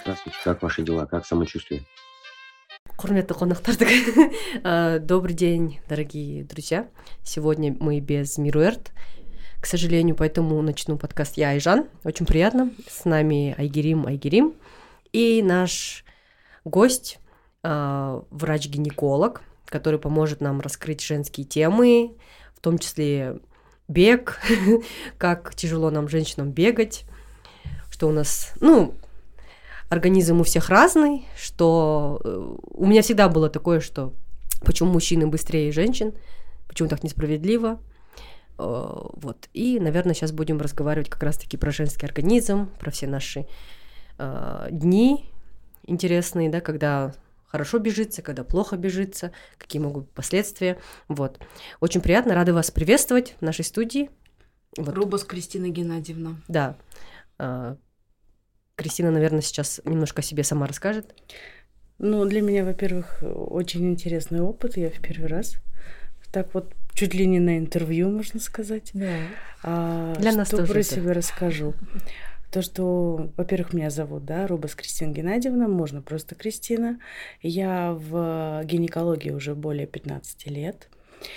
Здравствуйте, как ваши дела, как самочувствие? Құрметті қонақтар, добрый день, дорогие друзья. Сегодня мы без Мируэрт, к сожалению, поэтому начну подкаст я, Айжан. Очень приятно. С нами Айгерим и наш гость, врач-гинеколог, который поможет нам раскрыть женские темы, в том числе бег, как тяжело нам, женщинам, бегать, что у нас, организм у всех разный, что у меня всегда было такое, что почему мужчины быстрее женщин, почему так несправедливо. Вот. И, наверное, сейчас будем разговаривать как раз-таки про женский организм, про все наши дни интересные, да, когда хорошо бежится, когда плохо бежится, какие могут быть последствия. Вот. Очень приятно, рады вас приветствовать в нашей студии. Вот. Рубас Кристина Геннадьевна. Да. Кристина, наверное, сейчас немножко о себе сама расскажет. Для меня, во-первых, очень интересный опыт. Я в первый раз. Так вот, чуть ли не на интервью, можно сказать. Да. Для нас что тоже. Что про себя расскажу. То, что, во-первых, меня зовут, Рубас Кристина Геннадьевна, можно просто Кристина. Я в гинекологии уже более 15 лет.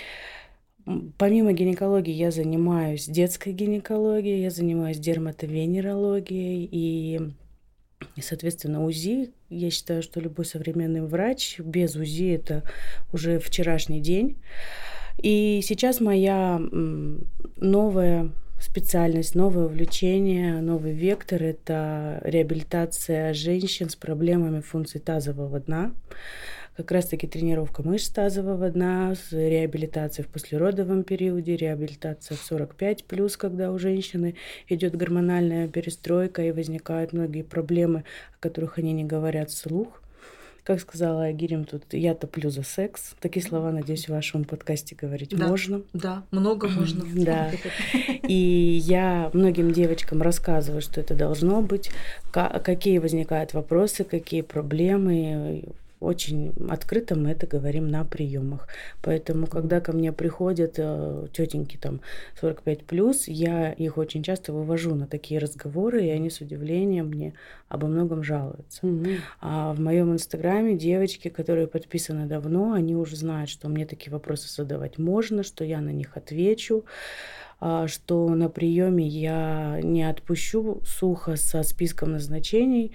Помимо гинекологии я занимаюсь детской гинекологией, я занимаюсь дерматовенерологией и, соответственно, УЗИ. Я считаю, что любой современный врач без УЗИ – это уже вчерашний день. И сейчас моя новая специальность, новое увлечение, новый вектор – это реабилитация женщин с проблемами функции тазового дна. Как раз-таки тренировка мышц тазового дна, реабилитация в послеродовом периоде, реабилитация в 45+, когда у женщины идет гормональная перестройка и возникают многие проблемы, о которых они не говорят вслух. Как сказала Айгерим, тут я топлю за секс. Такие слова, надеюсь, в вашем подкасте говорить можно. Да, много можно. Да. И я многим девочкам рассказываю, что это должно быть, какие возникают вопросы, какие проблемы. Очень открыто мы это говорим на приемах. Поэтому, когда ко мне приходят тетеньки 45+, я их очень часто вывожу на такие разговоры, и они с удивлением мне обо многом жалуются. А в моем инстаграме девочки, которые подписаны давно, они уже знают, что мне такие вопросы задавать можно, что я на них отвечу, что на приеме я не отпущу сухо со списком назначений,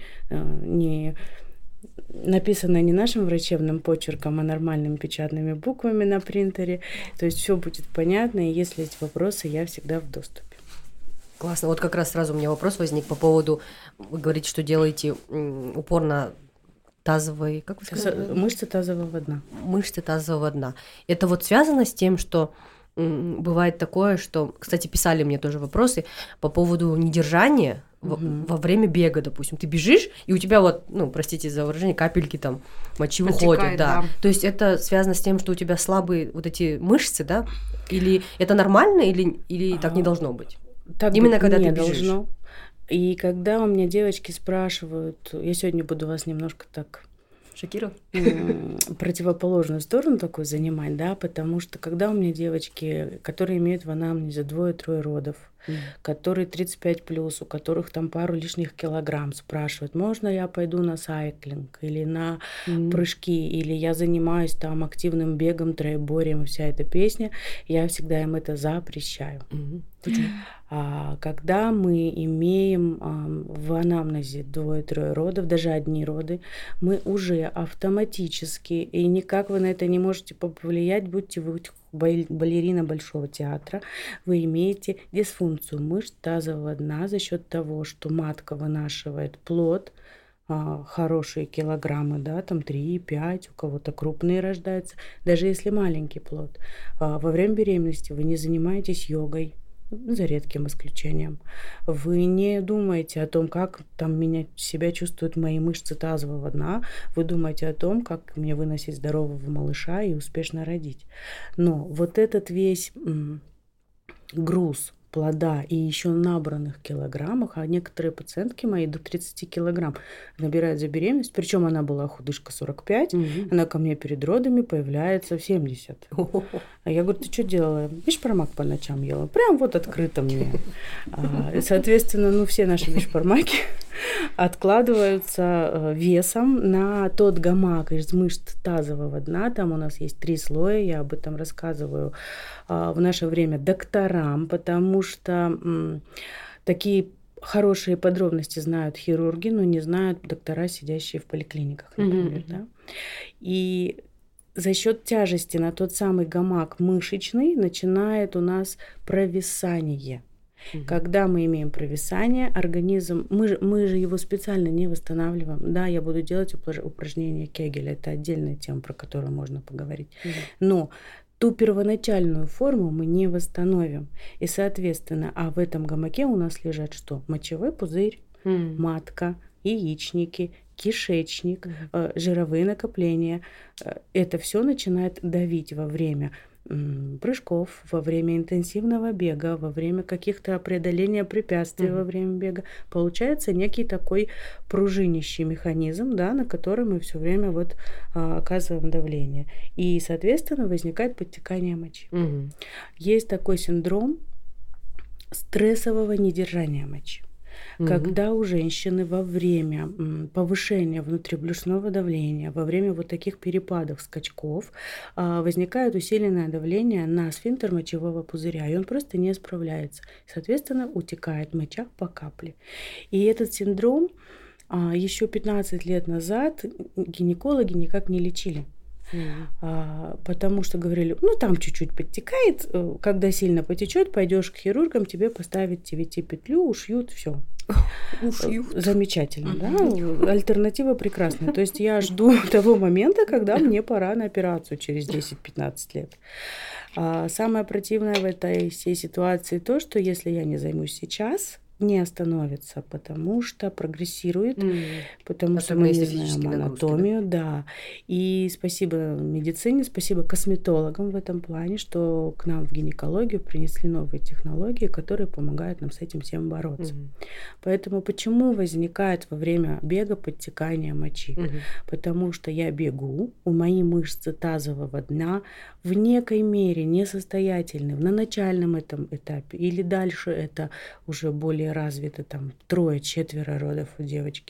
написано не нашим врачебным почерком, а нормальными печатными буквами на принтере. То есть все будет понятно, и если есть вопросы, я всегда в доступе. Классно. Вот как раз сразу у меня вопрос возник по поводу, вы говорите, что делаете упор на тазовые, как вы сказали? Мышцы тазового дна. Мышцы тазового дна. Это вот связано с тем, что бывает такое, что, кстати, писали мне тоже вопросы по поводу недержания во время бега, допустим. Ты бежишь, и у тебя простите за выражение, капельки мочи выходят. Да. То есть это связано с тем, что у тебя слабые вот эти мышцы, да? Или это нормально, или так не должно быть? Так именно когда не ты бежишь. Должно. И когда у меня девочки спрашивают, я сегодня буду вас немножко так шокировать? Противоположную сторону такую занимать, да, потому что когда у меня девочки, которые имеют в анамнезе 2-3 родов, которые 35+, у которых пару лишних килограмм, спрашивают, можно я пойду на сайклинг или на прыжки, или я занимаюсь активным бегом, троеборием, и вся эта песня, я всегда им это запрещаю. Почему? Когда мы имеем в анамнезе 2-3 родов, даже одни роды, мы уже автоматически, и никак вы на это не можете повлиять, будьте вы балерина Большого театра, вы имеете дисфункцию мышц тазового дна за счет того, что матка вынашивает плод, хорошие килограммы, 3-5, у кого-то крупные рождаются, даже если маленький плод. Во время беременности вы не занимаетесь йогой, за редким исключением. Вы не думаете о том, как себя чувствуют мои мышцы тазового дна. Вы думаете о том, как мне выносить здорового малыша и успешно родить. Но вот этот весь груз плода и еще набранных килограммах, а некоторые пациентки мои до 30 килограмм набирают за беременность, причем она была худышка 45, она ко мне перед родами появляется в 70. А я говорю, ты что делала? Бишпармак по ночам ела. Прям вот открыто мне. Соответственно, все наши бишпармаки откладываются весом на тот гамак из мышц тазового дна. Там у нас есть 3 слоя, я об этом рассказываю в наше время докторам, потому что такие хорошие подробности знают хирурги, но не знают доктора, сидящие в поликлиниках, например. Да? И за счет тяжести на тот самый гамак мышечный начинает у нас провисание. Когда мы имеем провисание, организм, мы же его специально не восстанавливаем. Да, я буду делать упражнения Кегеля, это отдельная тема, про которую можно поговорить. Но ту первоначальную форму мы не восстановим. И, соответственно, в этом гамаке у нас лежат что? Мочевой пузырь, матка, яичники, кишечник, жировые накопления. Это все начинает давить во время прыжков, во время интенсивного бега, во время каких-то преодоления препятствий во время бега. Получается некий такой пружинящий механизм, да, на который мы все время вот оказываем давление. И, соответственно, возникает подтекание мочи. Есть такой синдром стрессового недержания мочи. Когда у женщины во время повышения внутрибрюшного давления, во время вот таких перепадов, скачков, возникает усиленное давление на сфинктер мочевого пузыря, и он просто не справляется. Соответственно, утекает моча по капле. И этот синдром еще 15 лет назад гинекологи никак не лечили. Потому что говорили, там чуть-чуть подтекает, когда сильно потечет, пойдешь к хирургам, тебе поставят TVT-петлю, ушьют, все. Ушьют. Замечательно, да? Альтернатива прекрасная. То есть я жду того момента, когда мне пора на операцию через 10-15 лет. Самое противное в этой всей ситуации то, что если я не займусь сейчас, не остановится, потому что прогрессирует, потому что мы не знаем анатомию, да. И спасибо медицине, спасибо косметологам в этом плане, что к нам в гинекологию принесли новые технологии, которые помогают нам с этим всем бороться. Поэтому почему возникает во время бега подтекание мочи? Потому что я бегу, у моей мышцы тазового дна в некой мере несостоятельны на начальном этом этапе, или дальше это уже более развито, там 3-4 родов у девочки.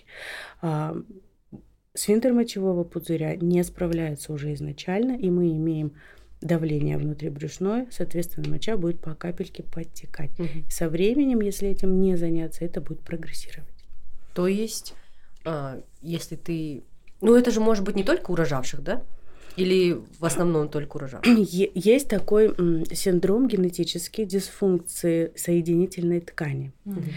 Сфинктер мочевого пузыря не справляется уже изначально, и мы имеем давление внутрибрюшное, соответственно, моча будет по капельке подтекать. Со временем, если этим не заняться, это будет прогрессировать. То есть, если ты... это же может быть не только у рожавших, да? Или в основном только у рожавших? Есть такой синдром генетической дисфункции соединительной ткани.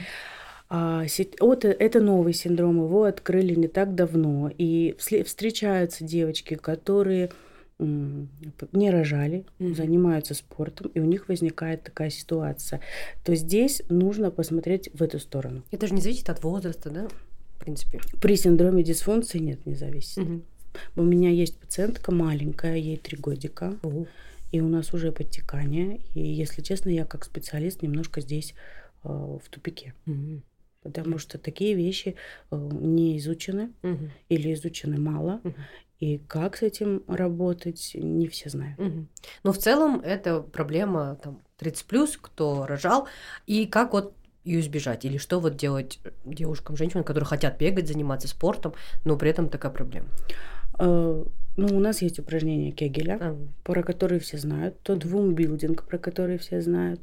Это новый синдром, его открыли не так давно. И встречаются девочки, которые не рожали, занимаются спортом, и у них возникает такая ситуация. То здесь нужно посмотреть в эту сторону. Это же не зависит от возраста, да? В принципе. При синдроме дисфункции нет, не зависит. У меня есть пациентка маленькая, ей 3 годика, и у нас уже подтекание. И, если честно, я как специалист немножко здесь в тупике. Потому что такие вещи не изучены или изучены мало. И как с этим работать, не все знают. Но в целом это проблема 30+, кто рожал. И как ее избежать? Или что делать девушкам, женщинам, которые хотят бегать, заниматься спортом, но при этом такая проблема? У нас есть упражнения Кегеля, про которые все знают. Тот вумбилдинг, про который все знают.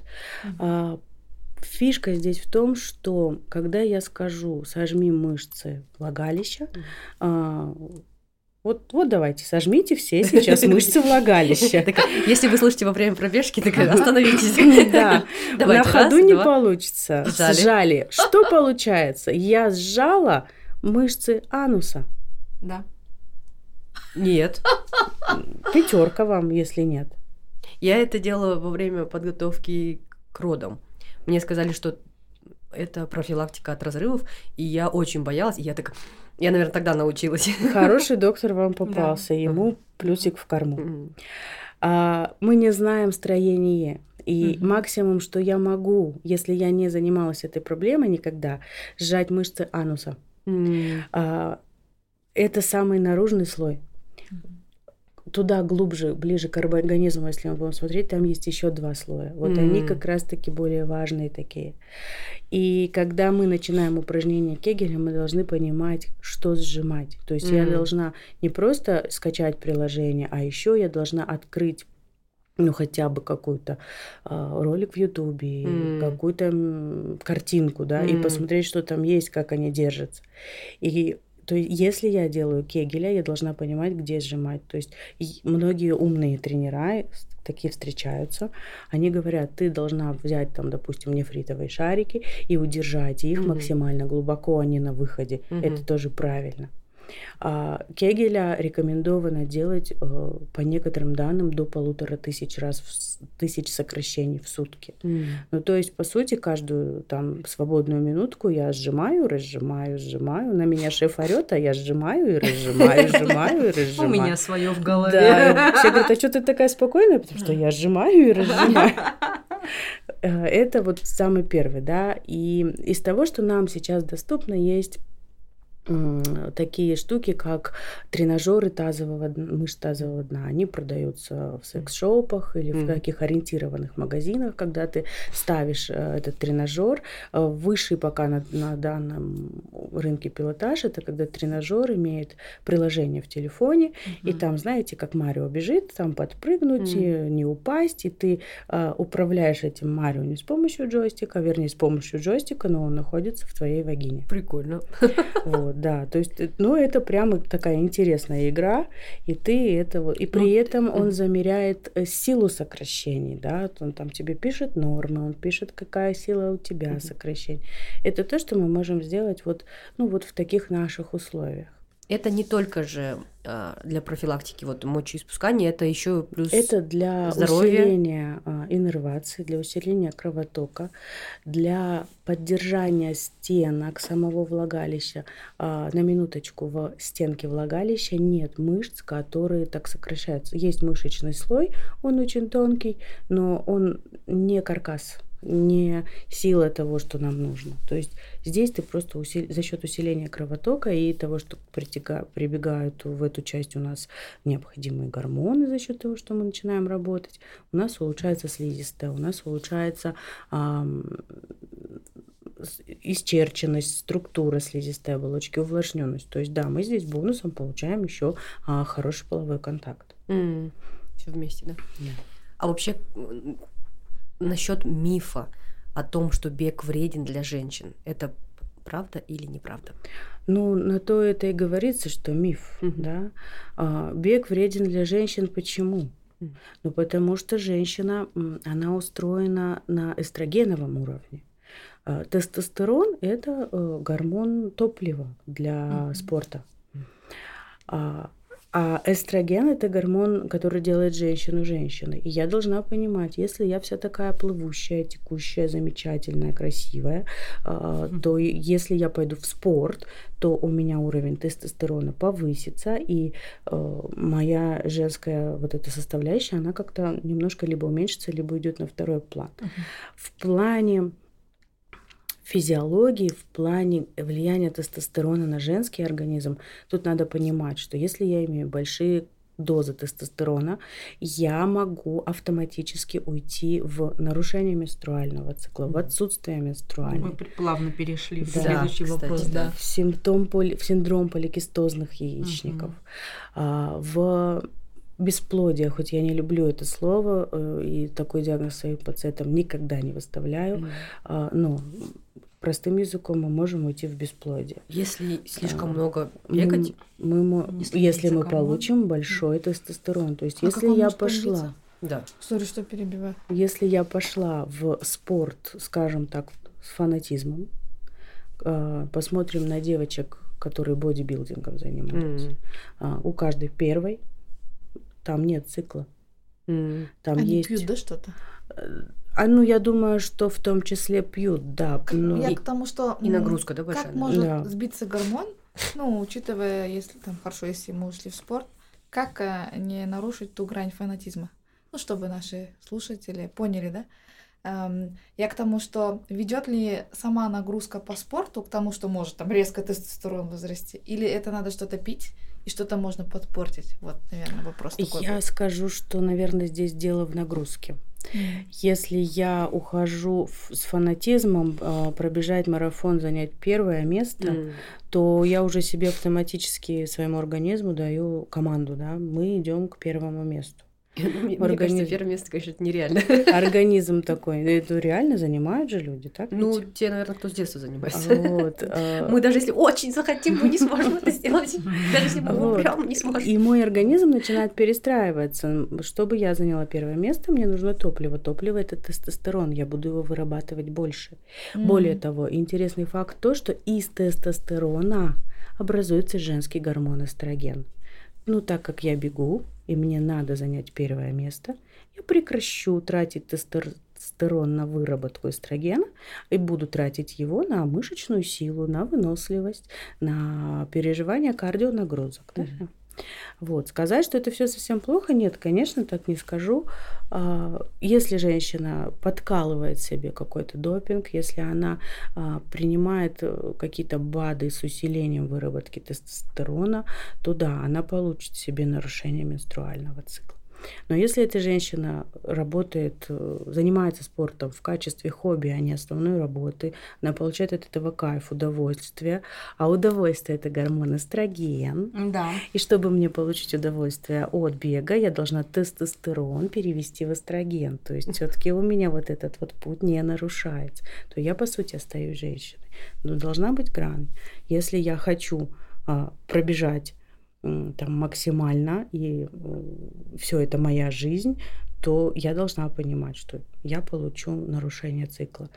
Фишка здесь в том, что когда я скажу «сожми мышцы влагалища», вот давайте, сожмите все сейчас мышцы влагалища. Если вы слушаете во время пробежки, так остановитесь. Да, на ходу не получится. Сжали. Что получается? Я сжала мышцы ануса. Да. Нет. 5 вам, если нет. Я это делала во время подготовки к родам. Мне сказали, что это профилактика от разрывов, и я очень боялась, и я, наверное, тогда научилась. Хороший доктор вам попался, ему плюсик в корму. Мы не знаем строение, и максимум, что я могу, если я не занималась этой проблемой никогда, сжать мышцы ануса. Это самый наружный слой. туда глубже, ближе к организму, если мы будем смотреть, там есть еще 2 слоя. Вот они как раз-таки более важные такие. И когда мы начинаем упражнение Кегеля, мы должны понимать, что сжимать. То есть я должна не просто скачать приложение, а еще я должна открыть хотя бы какой-то ролик в Ютубе, какую-то картинку, да, и посмотреть, что там есть, как они держатся. И то есть, если я делаю Кегеля, я должна понимать, где сжимать. То есть многие умные тренера такие встречаются, они говорят, ты должна взять там, допустим, нефритовые шарики и удержать их максимально глубоко, а не на выходе. Это тоже правильно. Кегеля рекомендовано делать по некоторым данным до 1500 сокращений в сутки. Ну, то есть, по сути, каждую там свободную минутку я сжимаю, разжимаю, сжимаю. На меня шеф орёт, а я сжимаю и разжимаю, сжимаю и разжимаю. У меня свое в голове. Да. Все говорят, а что ты такая спокойная? Потому что я сжимаю и разжимаю. Это вот самый первый, да. И из того, что нам сейчас доступно, есть такие штуки, как тренажеры мышц тазового дна. Они продаются в секс-шопах или в каких ориентированных магазинах, когда ты ставишь этот тренажер. Высший пока на данном рынке пилотаж, это когда тренажер имеет приложение в телефоне, и там, знаете, как Марио бежит, там подпрыгнуть, не упасть, и ты управляешь этим Марио не с помощью джойстика, вернее, с помощью джойстика, но он находится в твоей вагине. Прикольно. Вот, да, то есть, это прямо такая интересная игра, и ты это вот, и при этом он замеряет силу сокращений, да, он там тебе пишет нормы, он пишет, какая сила у тебя сокращений. Это то, что мы можем сделать вот в таких наших условиях. Это не только же для профилактики мочеиспускания, это еще плюс это для здоровья. Усиления иннервации, для усиления кровотока, для поддержания стенок самого влагалища. На минуточку, в стенке влагалища нет мышц, которые так сокращаются. Есть мышечный слой, он очень тонкий, но он не каркас, не сила того, что нам нужно. То есть здесь ты просто за счет усиления кровотока и того, что прибегают в эту часть у нас необходимые гормоны за счет того, что мы начинаем работать, у нас улучшается слизистая, у нас улучшается исчерченность, структура слизистой оболочки, увлажненность. То есть да, мы здесь бонусом получаем еще хороший половой контакт. Все вместе, да? Yeah. А вообще насчет мифа о том, что бег вреден для женщин, это правда или неправда? Ну, на то это и говорится, что миф, да. Бег вреден для женщин. Почему? Ну, потому что женщина, она устроена на эстрогеновом уровне. Тестостерон – это гормон топлива для спорта. А эстроген – это гормон, который делает женщину женщиной. И я должна понимать, если я вся такая плывущая, текущая, замечательная, красивая, то если я пойду в спорт, то у меня уровень тестостерона повысится, и моя женская вот эта составляющая, она как-то немножко либо уменьшится, либо идет на второй план. В плане физиологии, в плане влияния тестостерона на женский организм, тут надо понимать, что если я имею большие дозы тестостерона, я могу автоматически уйти в нарушение менструального цикла, в отсутствие менструального. Мы плавно перешли в следующий вопрос. Да. В синдром поликистозных яичников, в бесплодие, хоть я не люблю это слово, и такой диагноз своим пациентам никогда не выставляю, но простым языком мы можем уйти в бесплодие. Если слишком много бегать? Если мы получим большой тестостерон. То есть, если я пошла... Да. Сори, что перебиваю. Если я пошла в спорт, скажем так, с фанатизмом, посмотрим на девочек, которые бодибилдингом занимаются. У каждой первой там нет цикла. Там они есть... пьют, да, что-то? Я думаю, что в том числе пьют, да. Я к тому, что... И нагрузка, да, большая? Как может сбиться гормон, учитывая, если если мы ушли в спорт, как не нарушить ту грань фанатизма? Чтобы наши слушатели поняли, да? Я к тому, что ведет ли сама нагрузка по спорту к тому, что может там резко тестостерон возрасти, или это надо что-то пить, и что-то можно подпортить? Вот, наверное, вопрос такой. Я скажу, что, наверное, здесь дело в нагрузке. Если я ухожу с фанатизмом пробежать марафон, занять первое место, то я уже себе автоматически своему организму даю команду, да, мы идем к первому месту. Мне кажется, первое место, конечно, это нереально. Организм такой. Это реально занимают же люди, так? Ну, те, наверное, кто с детства занимается. Вот. Мы даже если очень захотим, мы не сможем это сделать. Даже если мы умрем, мы не сможем. И мой организм начинает перестраиваться. Чтобы я заняла первое место, мне нужно топливо. Топливо – это тестостерон. Я буду его вырабатывать больше. Более того, интересный факт то, что из тестостерона образуется женский гормон эстроген. Ну, так как я бегу, и мне надо занять первое место, я прекращу тратить тестостерон на выработку эстрогена и буду тратить его на мышечную силу, на выносливость, на переживание кардионагрузок. Да? Вот. Сказать, что это все совсем плохо, нет, конечно, так не скажу. Если женщина подкалывает себе какой-то допинг, если она принимает какие-то БАДы с усилением выработки тестостерона, то да, она получит себе нарушение менструального цикла. Но если эта женщина работает, занимается спортом в качестве хобби, а не основной работы, она получает от этого кайф, удовольствие. А удовольствие – это гормон эстроген. Да. И чтобы мне получить удовольствие от бега, я должна тестостерон перевести в эстроген. То есть все-таки у меня вот этот вот путь не нарушается. То я, по сути, остаюсь женщиной. Но должна быть грань. Если я хочу пробежать там максимально, и все это моя жизнь, то я должна понимать, что я получу нарушение цикла.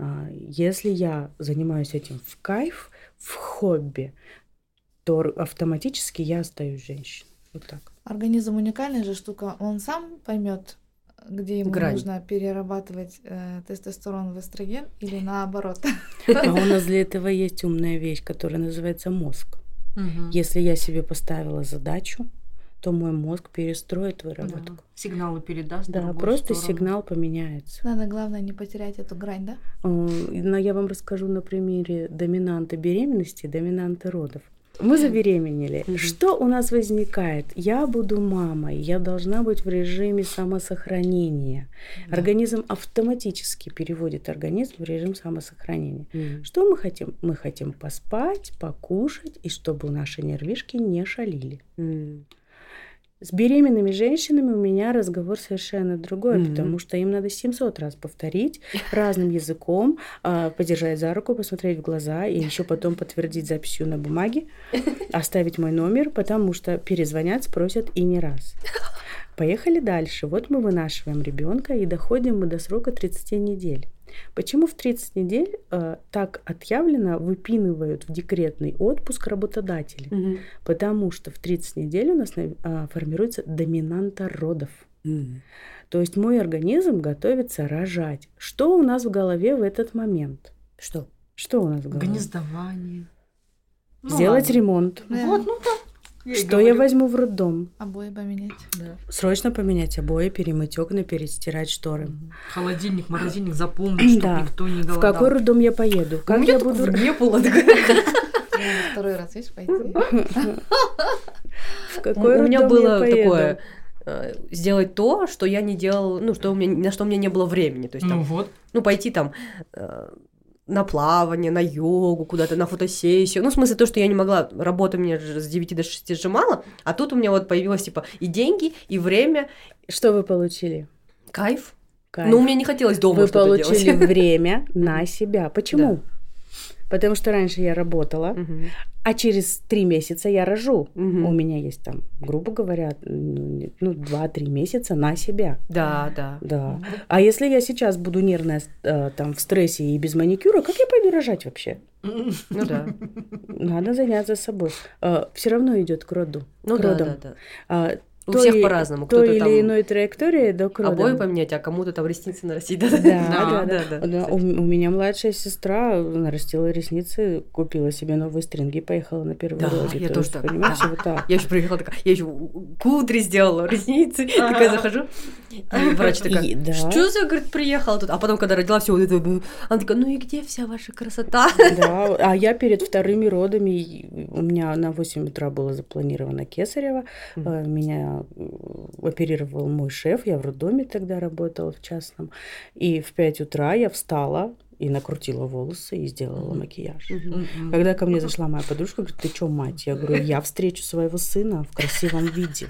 Если я занимаюсь этим в кайф, в хобби, то автоматически я остаюсь женщиной. Вот так. Организм уникальная же штука, он сам поймет, где ему нужно перерабатывать тестостерон в эстроген или наоборот. А у нас для этого есть умная вещь, которая называется мозг. Если я себе поставила задачу, то мой мозг перестроит выработку. Да. Сигналы передаст. Да, просто сигнал поменяется. Надо, главное, не потерять эту грань, да? Но я вам расскажу на примере доминанты беременности, доминанты родов. Мы забеременели. Что у нас возникает? Я буду мамой, я должна быть в режиме самосохранения. Да. Организм автоматически переводит организм в режим самосохранения. Что мы хотим? Мы хотим поспать, покушать, и чтобы наши нервишки не шалили. С беременными женщинами у меня разговор совершенно другой, потому что им надо 700 раз повторить разным языком, подержать за руку, посмотреть в глаза и еще потом подтвердить записью на бумаге, оставить мой номер, потому что перезвонят, спросят и не раз. Поехали дальше. Вот мы вынашиваем ребенка и доходим мы до срока 30 недель. Почему в 30 недель так отъявленно выпинывают в декретный отпуск работодатели? Потому что в 30 недель у нас формируется доминанта родов. То есть мой организм готовится рожать. Что у нас в голове в этот момент? Что у нас в голове? Гнездование. Сделать ремонт. Вот, ну да. Что я возьму в роддом? Обои поменять. Да. Срочно поменять обои, перемыть окна, перестирать шторы. Холодильник, морозильник запомнить, чтобы никто не голодал. В какой роддом я поеду? Как я буду? Не было. Второй раз, видишь, пойти. У меня было такое сделать то, что я не делала, на что у меня не было времени. То есть там, пойти там на плавание, на йогу, куда-то на фотосессию. В смысле, то, что я не могла, работа меня с 9 до 6 сжимала, а тут у меня вот появилось, и деньги, и время. Что вы получили? Кайф. Но мне не хотелось дома что-то делать. Вы получили время на себя. Почему? Да. Потому что раньше я работала, а через 3 месяца я рожу. У меня есть там, грубо говоря, 2-3 месяца на себя. Да. А если я сейчас буду нервная там в стрессе и без маникюра, как я пойду рожать вообще? Ну да. Надо заняться собой. Все равно идет к роду. Ну к родам. Да. У всех по-разному. той Кто-то или там иной траектории до родов. обои поменять, а кому-то там ресницы нарастить. Да. У меня младшая сестра нарастила ресницы, купила себе новые стринги и поехала на первые роды. Я тоже так. Понимаете, вот так. Я еще приехала такая, я еще кудри сделала, ресницы. Такая захожу, и врач такая, что за, говорит, приехала тут? А потом, когда родила, все вот это, она такая, ну и где вся ваша красота? Да, а я перед вторыми родами, у меня на 8 утра было запланировано кесарево, меня оперировал мой шеф, я в роддоме тогда работала в частном, и в 5 утра я встала и накрутила волосы и сделала макияж. Когда ко мне зашла моя подружка, говорит, ты что, мать? Я говорю, я встречу своего сына в красивом виде.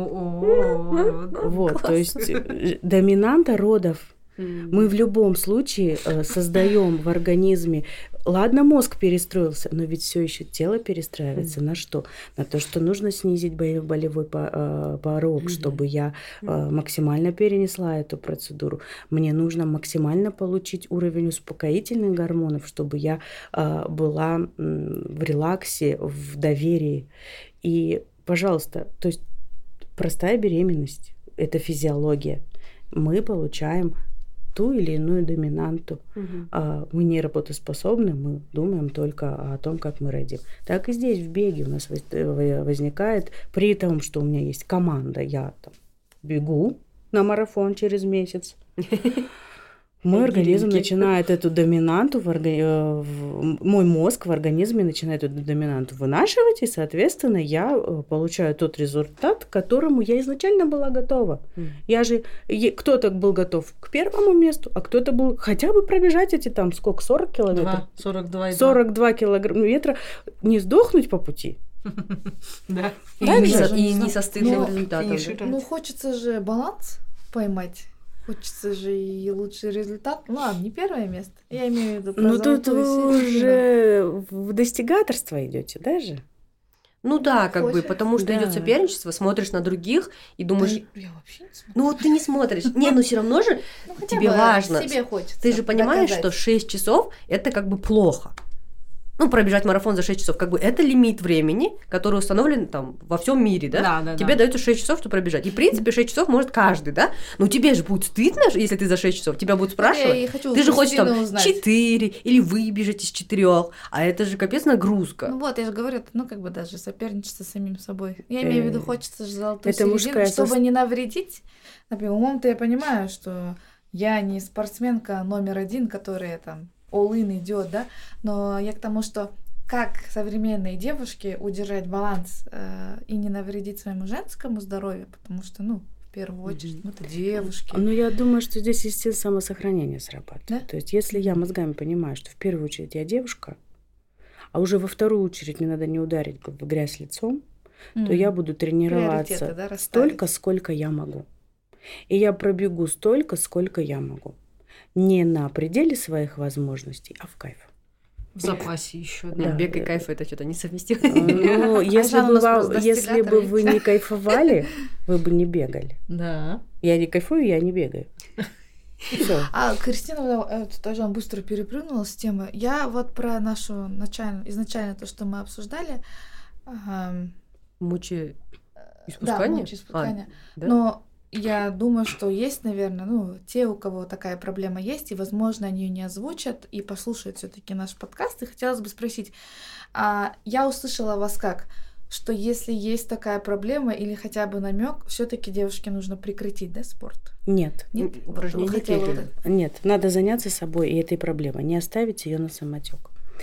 Вот, то есть доминанта родов. Мы в любом случае создаем в организме. Ладно, мозг перестроился, но ведь все еще тело перестраивается на что? На то, что нужно снизить болевой порог, чтобы я максимально перенесла эту процедуру. Мне нужно максимально получить уровень успокоительных гормонов, чтобы я была в релаксе, в доверии. И, пожалуйста, то есть простая беременность – это физиология. Мы получаем ту или иную доминанту. Мы не работоспособны, мы думаем только о том, как мы родим. Так и здесь в беге у нас возникает, при том, что у меня есть команда, я там бегу на марафон через месяц, мой организм начинает эту доминанту, мой мозг в организме начинает эту доминанту вынашивать, и, соответственно, я получаю тот результат, к которому я изначально была готова. Кто-то был готов к первому месту, а кто-то был хотя бы пробежать эти там, сколько, 40 километров? 42 километра, не сдохнуть по пути. Да. И не со стыдным результатом. Ну, хочется же баланс поймать. Хочется же и лучший результат. Ну ладно, не первое место. Я имею в виду. Ну тут вы уже в достигаторство идете, даже? Ну да, как бы, потому что идет соперничество, смотришь на других и думаешь. Я вообще не смотрю. Ну вот ты не смотришь. Не, ну все равно же тебе важно. Себе хочется. Ты же понимаешь, что 6 часов это как бы плохо. Ну, пробежать марафон за 6 часов, как бы это лимит времени, который установлен там во всем мире, да? Тебе дают 6 часов, чтобы пробежать. И, в принципе, 6 часов может каждый, да? Но тебе же будет стыдно, если ты за 6 часов. Тебя будут спрашивать. Ты же хочешь там 4 или выбежать из 4. А это же капец нагрузка. Ну вот, я же говорю, ну как бы даже соперничество с самим собой. Я имею в виду, хочется же золотую середину, чтобы не навредить. Например, умом-то я понимаю, что я не спортсменка номер 1, которая там all-in идет, да, но я к тому, что как современные девушки удержать баланс и не навредить своему женскому здоровью, потому что, ну, в первую очередь, мы-то девушки. Ну, я думаю, что здесь инстинкт самосохранения срабатывает. Да? То есть, если я мозгами понимаю, что в первую очередь я девушка, а уже во вторую очередь мне надо не ударить в грязь лицом, то я буду тренироваться столько, сколько я могу. И я пробегу столько, сколько я могу. Не на пределе своих возможностей, а в кайф. В запасе еще. Да. Бег и кайф это что-то несовместимо. Ну, если бы вы не кайфовали, вы бы не бегали. Да. Я не кайфую, я не бегаю. А Кристина тоже быстро перепрыгнула с темы. Я вот про нашу изначально то, что мы обсуждали. Мочеиспускание? Да, мочеиспускание. Но я думаю, что есть, наверное, те, у кого такая проблема есть, и, возможно, они ее не озвучат и послушают все-таки наш подкаст. И хотелось бы спросить, я услышала вас как, что если есть такая проблема или хотя бы намек, все-таки девушке нужно прекратить, да, спорт? Нет. Нет? Упражнения Кегеля. Нет, надо заняться собой и этой проблемой, не оставить ее на самотек.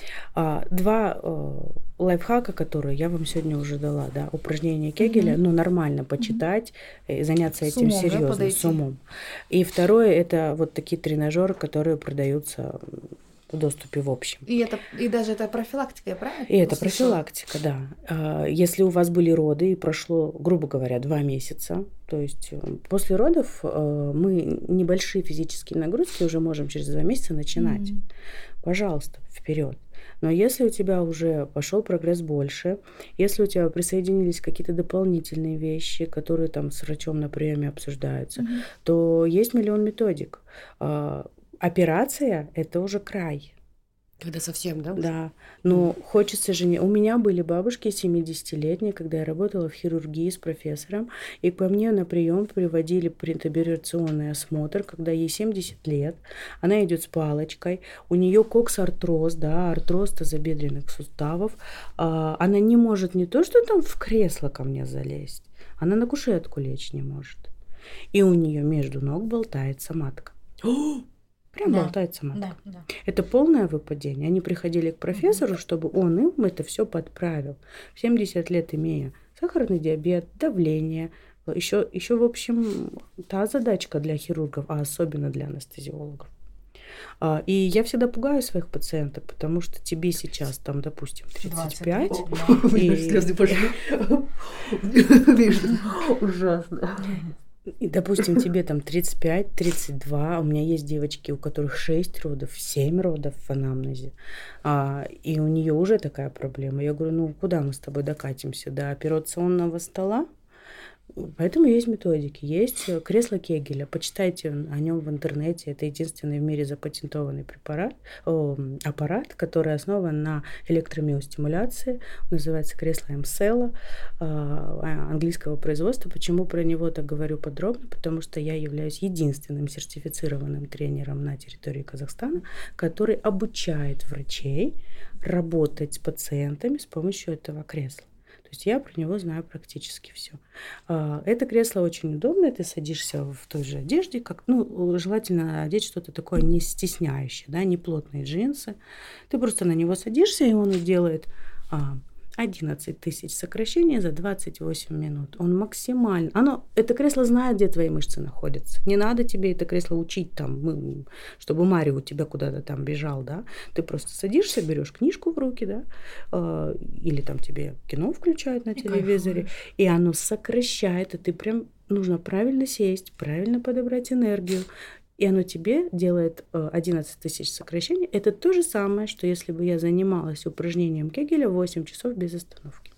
2 лайфхака, которые я вам сегодня уже дала, да, упражнения Кегеля, нормально почитать, и заняться этим серьезно, с умом. И второе, это вот такие тренажеры, которые продаются в доступе в общем. И даже это профилактика, я правильно? И это профилактика, да. Если у вас были роды и прошло, грубо говоря, 2 месяца, то есть после родов мы небольшие физические нагрузки уже можем через 2 месяца начинать. Пожалуйста, вперед. Но если у тебя уже пошел прогресс больше, если у тебя присоединились какие-то дополнительные вещи, которые там с врачом на приеме обсуждаются, то есть миллион методик. Операция – это уже край. Когда совсем, да? Да, но хочется же не... У меня были бабушки 70-летние, когда я работала в хирургии с профессором, и ко мне на прием приводили предоперационный осмотр, когда ей 70 лет, она идет с палочкой, у нее коксартроз, да, артроз тазобедренных суставов, она не может не то, что там в кресло ко мне залезть, она на кушетку лечь не может. И у нее между ног болтается матка. Прям болтается матка. Да. Это полное выпадение. Они приходили к профессору, чтобы он им это все подправил. В 70 лет имея сахарный диабет, давление. Еще, в общем, та задачка для хирургов, а особенно для анестезиологов. И я всегда пугаю своих пациенток, потому что тебе сейчас, там, допустим, 35. Слезы пошли. Ужасно. И, допустим, тебе там 35-32, у меня есть девочки, у которых 6 родов, 7 родов в анамнезе, и у нее уже такая проблема. Я говорю, ну куда мы с тобой докатимся? До операционного стола? Поэтому есть методики. Есть кресло Кегеля. Почитайте о нем в интернете. Это единственный в мире запатентованный аппарат, который основан на электромиостимуляции. Называется кресло МСЛ английского производства. Почему про него так говорю подробно? Потому что я являюсь единственным сертифицированным тренером на территории Казахстана, который обучает врачей работать с пациентами с помощью этого кресла. То есть я про него знаю практически все. Это кресло очень удобное, ты садишься в той же одежде, как, желательно одеть что-то такое не стесняющее, да, не плотные джинсы. Ты просто на него садишься, и он делает 11 тысяч сокращений за 28 минут. Он максимально... Это кресло знает, где твои мышцы находятся. Не надо тебе это кресло учить там, чтобы Марио у тебя куда-то там бежал, да. Ты просто садишься, берешь книжку в руки, да, или там тебе кино включают на телевизоре, и оно сокращает, и ты прям... Нужно правильно сесть, правильно подобрать энергию, и оно тебе делает 11 тысяч сокращений. Это то же самое, что если бы я занималась упражнением Кегеля 8 часов без остановки.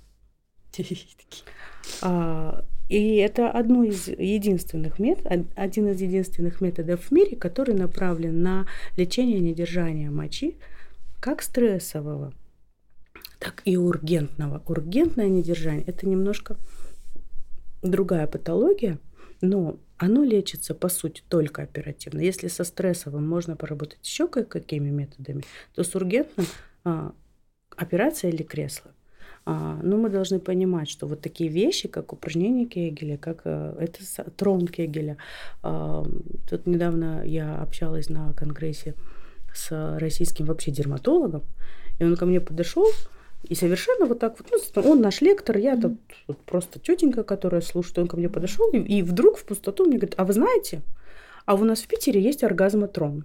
И это один из единственных методов в мире, который направлен на лечение недержания мочи, как стрессового, так и ургентного. Ургентное недержание – это немножко другая патология, но оно лечится, по сути, только оперативно. Если со стрессовым можно поработать еще какими методами, то с ургентным операция или кресло. Но мы должны понимать, что вот такие вещи, как упражнение Кегеля, как трон Кегеля. Тут недавно я общалась на конгрессе с российским вообще дерматологом, и он ко мне подошел, и совершенно вот так вот, он наш лектор, я тут просто тетенька, которая слушает, он ко мне подошел, и вдруг в пустоту мне говорит, а вы знаете, у нас в Питере есть оргазмотрон.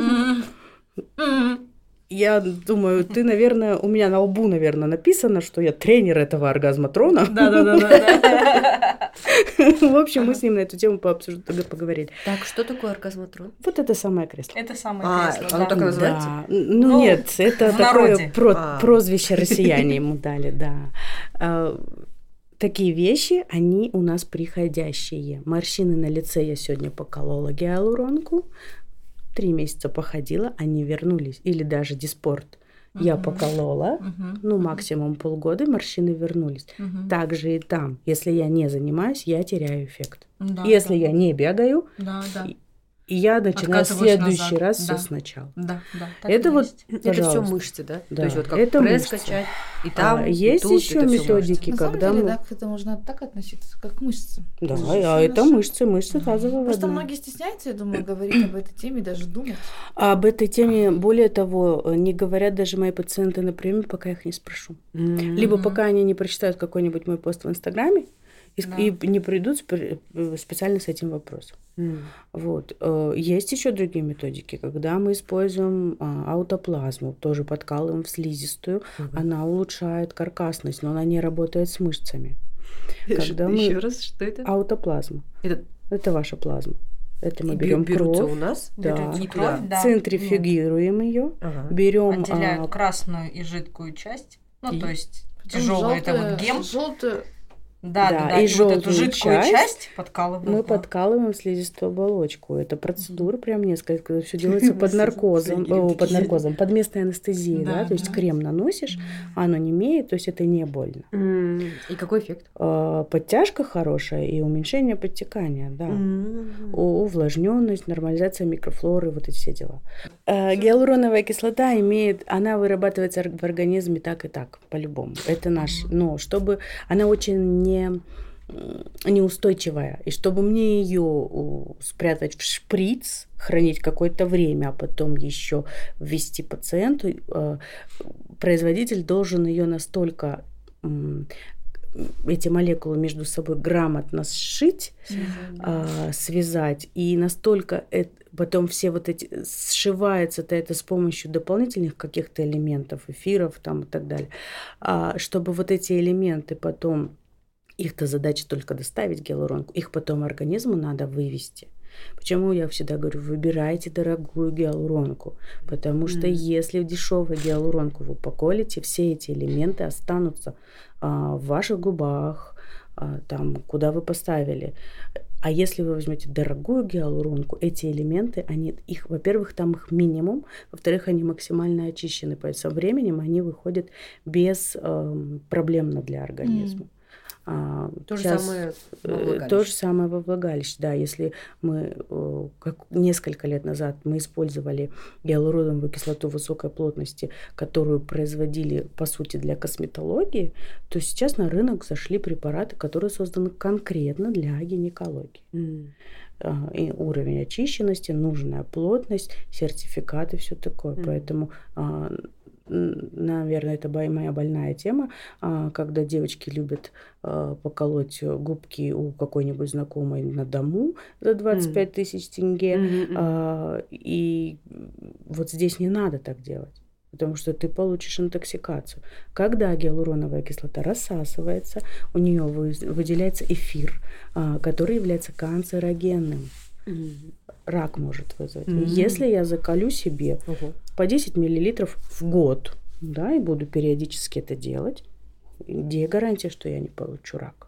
Я думаю, ты, наверное, у меня на лбу, наверное, написано, что я тренер этого оргазмотрона. Да. В общем, мы с ним на эту тему поговорили. Так, что такое оргазмотрон? Вот это самое кресло. Это самое кресло. Оно так и называется? Нет, это такое прозвище россияне ему дали, да. Такие вещи, они у нас приходящие. Морщины на лице я сегодня поколола гиалуронку. 3 месяца походила, они вернулись. Или даже диспорт. Я поколола, максимум полгода, морщины вернулись. Так же и там. Если я не занимаюсь, я теряю эффект. Если я не бегаю, и я начинаю в следующий раз все сначала. Да. Это вот, это все мышцы, да? Да, то есть вот как это пресс мышцы. качать, и там, есть и тут, еще это всё методики, На когда самом деле, мы... да, к этому можно так относиться, как к мышцам. Да, Это это хорошо. мышцы тазового Просто дна. многие стесняются, я думаю, говорить об этой теме, даже думать. Об этой теме, более того, не говорят даже мои пациенты на приеме, пока я их не спрошу. Либо пока они не прочитают какой-нибудь мой пост в Инстаграме и не придут специально с этим вопросом. Вот. Есть еще другие методики, когда мы используем аутоплазму, тоже подкалываем в слизистую, она улучшает каркасность, но она не работает с мышцами. Еще раз, что это? Аутоплазма. Это ваша плазма. Это мы берем берутся кровь, у нас? да, И кровь, да. центрифугируем ее, берем Отделяют красную и жидкую часть. То есть Потом тяжелый это вот гем. желтую Да, И и вот желтую эту жидкую часть подкалываем. мы подкалываем слизистую оболочку. Это процедура прям несколько. Все делается под наркозом, под местной анестезией, да, то есть крем наносишь, оно не имеет, то есть это не больно. И какой эффект? Подтяжка хорошая и уменьшение подтекания, да. Увлажненность, нормализация микрофлоры, вот эти все дела. Гиалуроновая кислота она вырабатывается в организме так и так, по-любому. Это наш, но чтобы она очень неустойчивая, и чтобы мне ее спрятать в шприц, хранить какое-то время, а потом еще ввести пациенту, производитель должен ее настолько эти молекулы между собой грамотно сшить, связать, и настолько потом все вот эти сшивается-то это с помощью дополнительных каких-то элементов, эфиров там и так далее, чтобы вот эти элементы потом, их-то задача только доставить гиалуронку, их потом организму надо вывести. Почему я всегда говорю, выбирайте дорогую гиалуронку, потому что если в дешевую гиалуронку вы поколите, все эти элементы останутся в ваших губах, там, куда вы поставили. А если вы возьмете дорогую гиалуронку, эти элементы, во-первых, там их минимум, во-вторых, они максимально очищены, поэтому со временем они выходят беспроблемно для организма. То же самое во влагалище. То же самое во влагалище, да. Если мы, как несколько лет назад, мы использовали гиалуроновую кислоту высокой плотности, которую производили, по сути, для косметологии, то сейчас на рынок зашли препараты, которые созданы конкретно для гинекологии. И уровень очищенности, нужная плотность, сертификаты, все такое. Поэтому... Наверное, это моя больная тема, когда девочки любят поколоть губки у какой-нибудь знакомой на дому за 25 тысяч тенге. И вот здесь не надо так делать, потому что ты получишь интоксикацию. Когда гиалуроновая кислота рассасывается, у нее выделяется эфир, который является канцерогенным. Рак может вызвать. Если я заколю себе по 10 мл в год, да, и буду периодически это делать, где гарантия, что я не получу рак?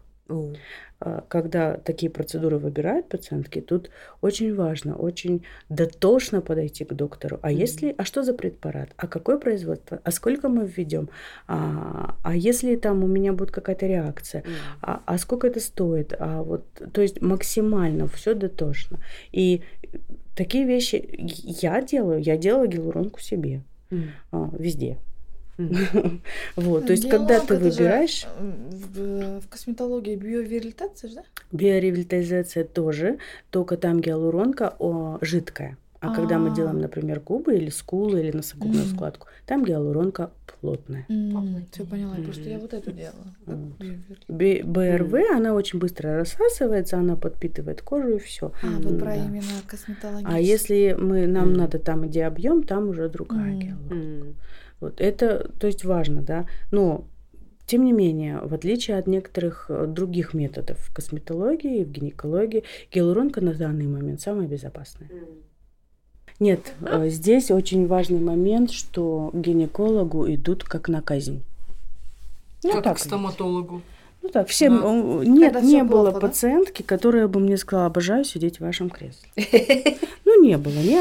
Когда такие процедуры выбирают пациентки, тут очень важно, очень дотошно подойти к доктору. А что за препарат? А какое производство? А сколько мы введем? А если там у меня будет какая-то реакция? А сколько это стоит? То есть максимально все дотошно. И такие вещи я делаю. Я делала гиалуронку себе. Везде. Вот, то есть, когда ты выбираешь... В косметологии биоревитализация, да? Биоревитализация тоже, только там гиалуронка жидкая. А когда мы делаем, например, губы или скулы, или носогубную складку, там гиалуронка плотная. Все поняла, просто я вот эту делала. БРВ, она очень быстро рассасывается, она подпитывает кожу и все. Вот про именно косметологию. А если нам надо там иди объем, там уже другая гиалуронка. Вот это, то есть важно, да, но тем не менее, в отличие от некоторых других методов в косметологии и в гинекологии, гиалуронка на данный момент самая безопасная. Нет, здесь очень важный момент, что к гинекологу идут как на казнь. Как к стоматологу. Всем не было пациентки, которая бы мне сказала, обожаю сидеть в вашем кресле. Не было ни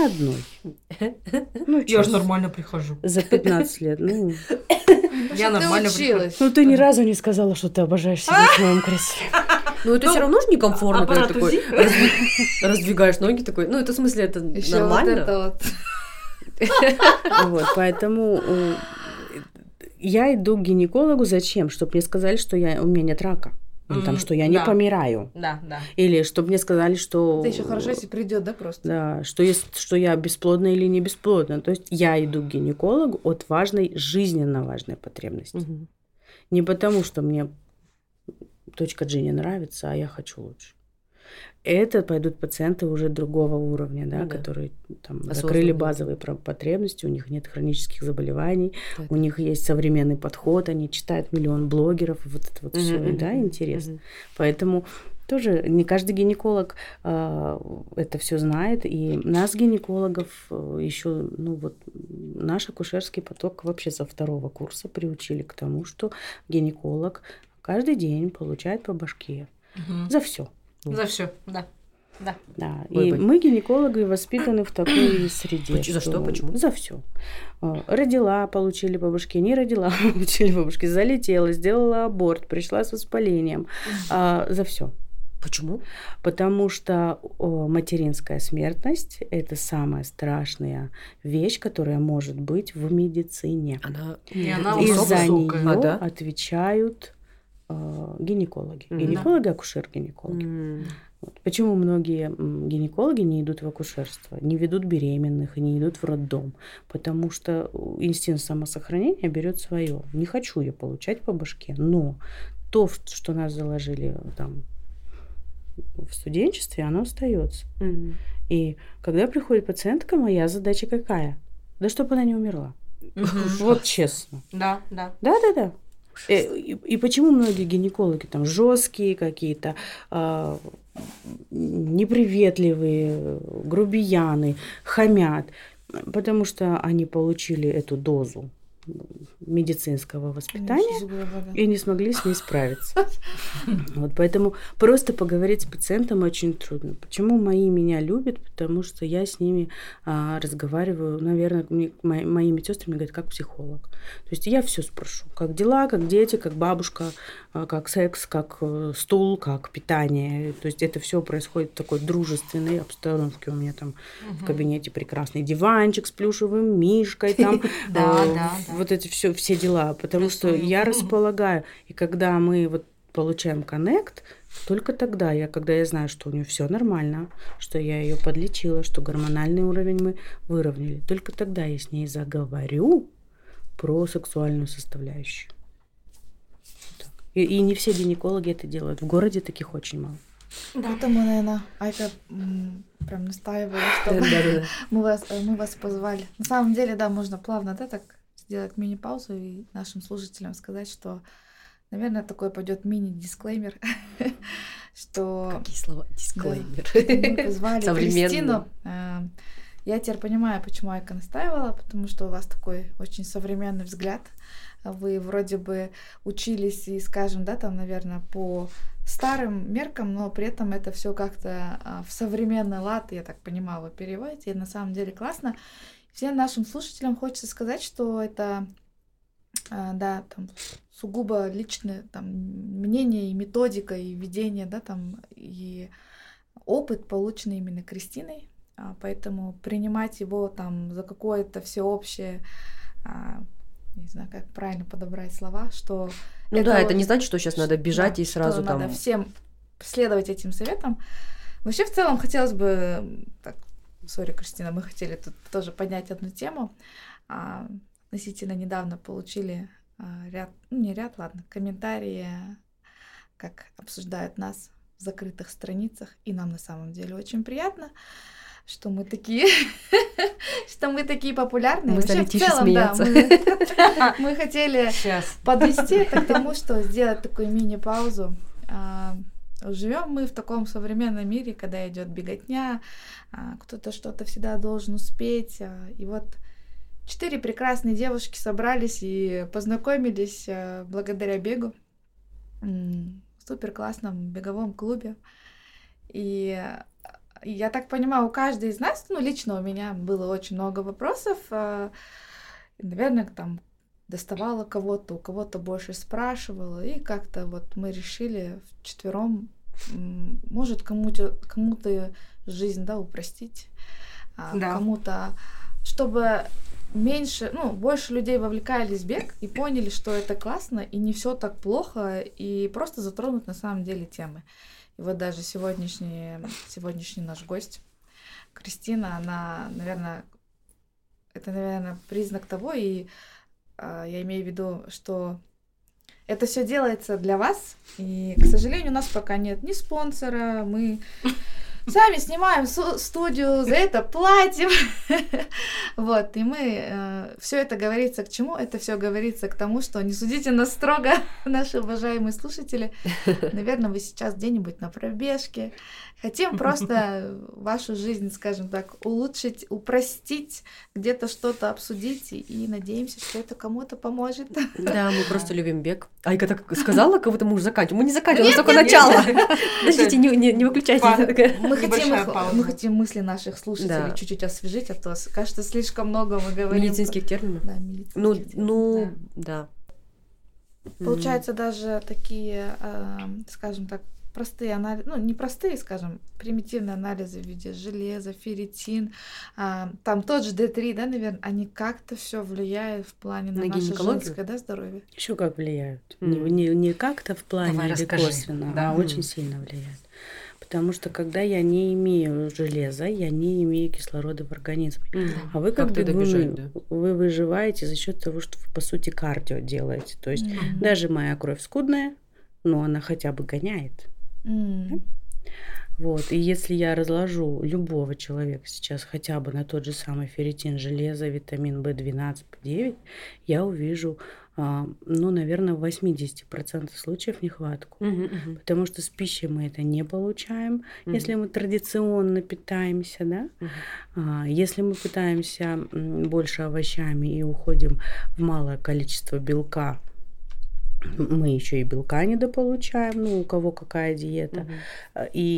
одной. Я же нормально прихожу. За 15 лет. Я нормально прихожу. Ты ни разу не сказала, что ты обожаешь сидеть в моем кресле. Это все равно же некомфортно, когда ты такой раздвигаешь ноги такой. Это в смысле, это нормально. Вот, поэтому я иду к гинекологу. Зачем? Чтобы мне сказали, что у меня нет рака. Что я не помираю. Да. Или чтобы мне сказали, что... Это еще хорошо, если придет, да, просто? Да, что я бесплодна или не бесплодна. То есть я иду к гинекологу от жизненно важной потребности. Не потому, что мне точка G не нравится, а я хочу лучше. Это пойдут пациенты уже другого уровня, да, которые там закрыли базовые потребности, у них нет хронических заболеваний, у них есть современный подход, они читают миллион блогеров, вот это вот все, да, интересно. Поэтому тоже не каждый гинеколог это все знает, и нас, гинекологов, еще, наш акушерский поток вообще со 2-го курса приучили к тому, что гинеколог каждый день получает по башке за все. За все, да. Да. И мы, гинекологи, воспитаны в такой среде. За что? Почему? За все. Родила, получили по башке, не родила, получили по башке, залетела, сделала аборт, пришла с воспалением. За все. Почему? Потому что материнская смертность – это самая страшная вещь, которая может быть в медицине. И за нее отвечают гинекологи. Гинекологи, акушер-гинекологи. Почему многие гинекологи не идут в акушерство, не ведут беременных и не идут в роддом? Потому что инстинкт самосохранения берет свое. Не хочу я получать по башке, но то, что нас заложили там в студенчестве, оно остается. И когда приходит пациентка, моя задача какая? Да чтобы она не умерла. Вот честно. Да. И почему многие гинекологи там жесткие какие-то, неприветливые, грубияны, хамят? Потому что они получили эту дозу медицинского воспитания и не смогли с ней справиться. Вот поэтому просто поговорить с пациентом очень трудно. Почему меня любят? Потому что я с ними разговариваю, наверное, мои медсестры мне говорят, как психолог. То есть я все спрошу. Как дела, как дети, как бабушка, как секс, как стул, как питание. То есть это все происходит в такой дружественной обстановке. У меня там в кабинете прекрасный диванчик с плюшевым мишкой, там вот эти все дела, потому что я располагаю. И когда мы вот получаем коннект, только тогда, когда я знаю, что у нее все нормально, что я ее подлечила, что гормональный уровень мы выровняли, только тогда я с ней заговорю про сексуальную составляющую. И не все гинекологи это делают. В городе таких очень мало. Поэтому, наверное, Айка прям настаивала, чтобы мы вас позвали. На самом деле, да, можно плавно, так сделать мини-паузу и нашим слушателям сказать, что, наверное, такой пойдет мини-дисклеймер, что... Какие слова? Дисклеймер. Мы позвали Кристину. Я теперь понимаю, почему Айка настаивала, потому что у вас такой очень современный взгляд. Вы вроде бы учились и, скажем, да, там, наверное, по старым меркам, но при этом это все как-то в современный лад, я так понимаю, вы переводите, и на самом деле классно. Всем нашим слушателям хочется сказать, что это, да, там, сугубо личное там, мнение и методика, и видение, да, там, и опыт, полученный именно Кристиной, поэтому принимать его там за какое-то всеобщее, не знаю, как правильно подобрать слова, что... это не значит, что сейчас надо бежать и сразу что там... Надо всем следовать этим советам. Вообще, в целом, хотелось бы... Сори, Кристина, мы хотели тут тоже поднять одну тему. Относительно недавно получили комментарии, как обсуждают нас в закрытых страницах. И нам на самом деле очень приятно, что мы такие, популярные. Мы стали тише смеяться. Да, мы хотели подвести это к тому, что сделать такую мини-паузу. Живем мы в таком современном мире, когда идет беготня, кто-то что-то всегда должен успеть. И вот 4 прекрасные девушки собрались и познакомились благодаря бегу в супер классном беговом клубе. И я так понимаю, у каждой из нас, лично у меня было очень много вопросов. Наверное, там доставала кого-то, у кого-то больше спрашивала, и как-то вот мы решили вчетвером, может, кому-то жизнь, да, упростить, кому-то, чтобы больше людей вовлекались в бег и поняли, что это классно, и не все так плохо, и просто затронуть на самом деле темы. И вот даже сегодняшний наш гость, Кристина, она, наверное, признак того, и я имею в виду, что это все делается для вас, и, к сожалению, у нас пока нет ни спонсора, мы сами снимаем студию, за это платим. Вот, и мы, все это говорится к чему? Это все говорится к тому, что не судите нас строго, наши уважаемые слушатели. Наверное, вы сейчас где-нибудь на пробежке. Хотим просто вашу жизнь, скажем так, улучшить, упростить, где-то что-то обсудить, и надеемся, что это кому-то поможет. Да, мы просто любим бег. Айка так сказала, как будто мы уже заканчиваем. Мы не заканчиваем, только начало. Подождите, не выключайте. Мы хотим мысли наших слушателей чуть-чуть освежить, а то, кажется, слишком много мы говорим. Медицинских терминов? Да, медицинских терминов. Да. Получается, даже такие, скажем так, простые анализы, ну, не простые, скажем, примитивные анализы в виде железа, ферритин, там тот же D3, да, наверное, они как-то все влияют в плане на наше женское, да, здоровье? Еще как влияют. Не как-то в плане или косвенно, а очень сильно влияют. Потому что когда я не имею железа, я не имею кислорода в организме. А вы как бы вы выживаете за счет того, что вы, по сути, кардио делаете. То есть даже моя кровь скудная, но она хотя бы гоняет. Вот. И если я разложу любого человека сейчас хотя бы на тот же самый ферритин, железо, витамин В12, В9, я увижу, наверное, в 80% случаев нехватку. Потому что с пищей мы это не получаем, если мы традиционно питаемся, да? Если мы питаемся больше овощами и уходим в малое количество белка, мы еще и белка недополучаем, у кого какая диета. И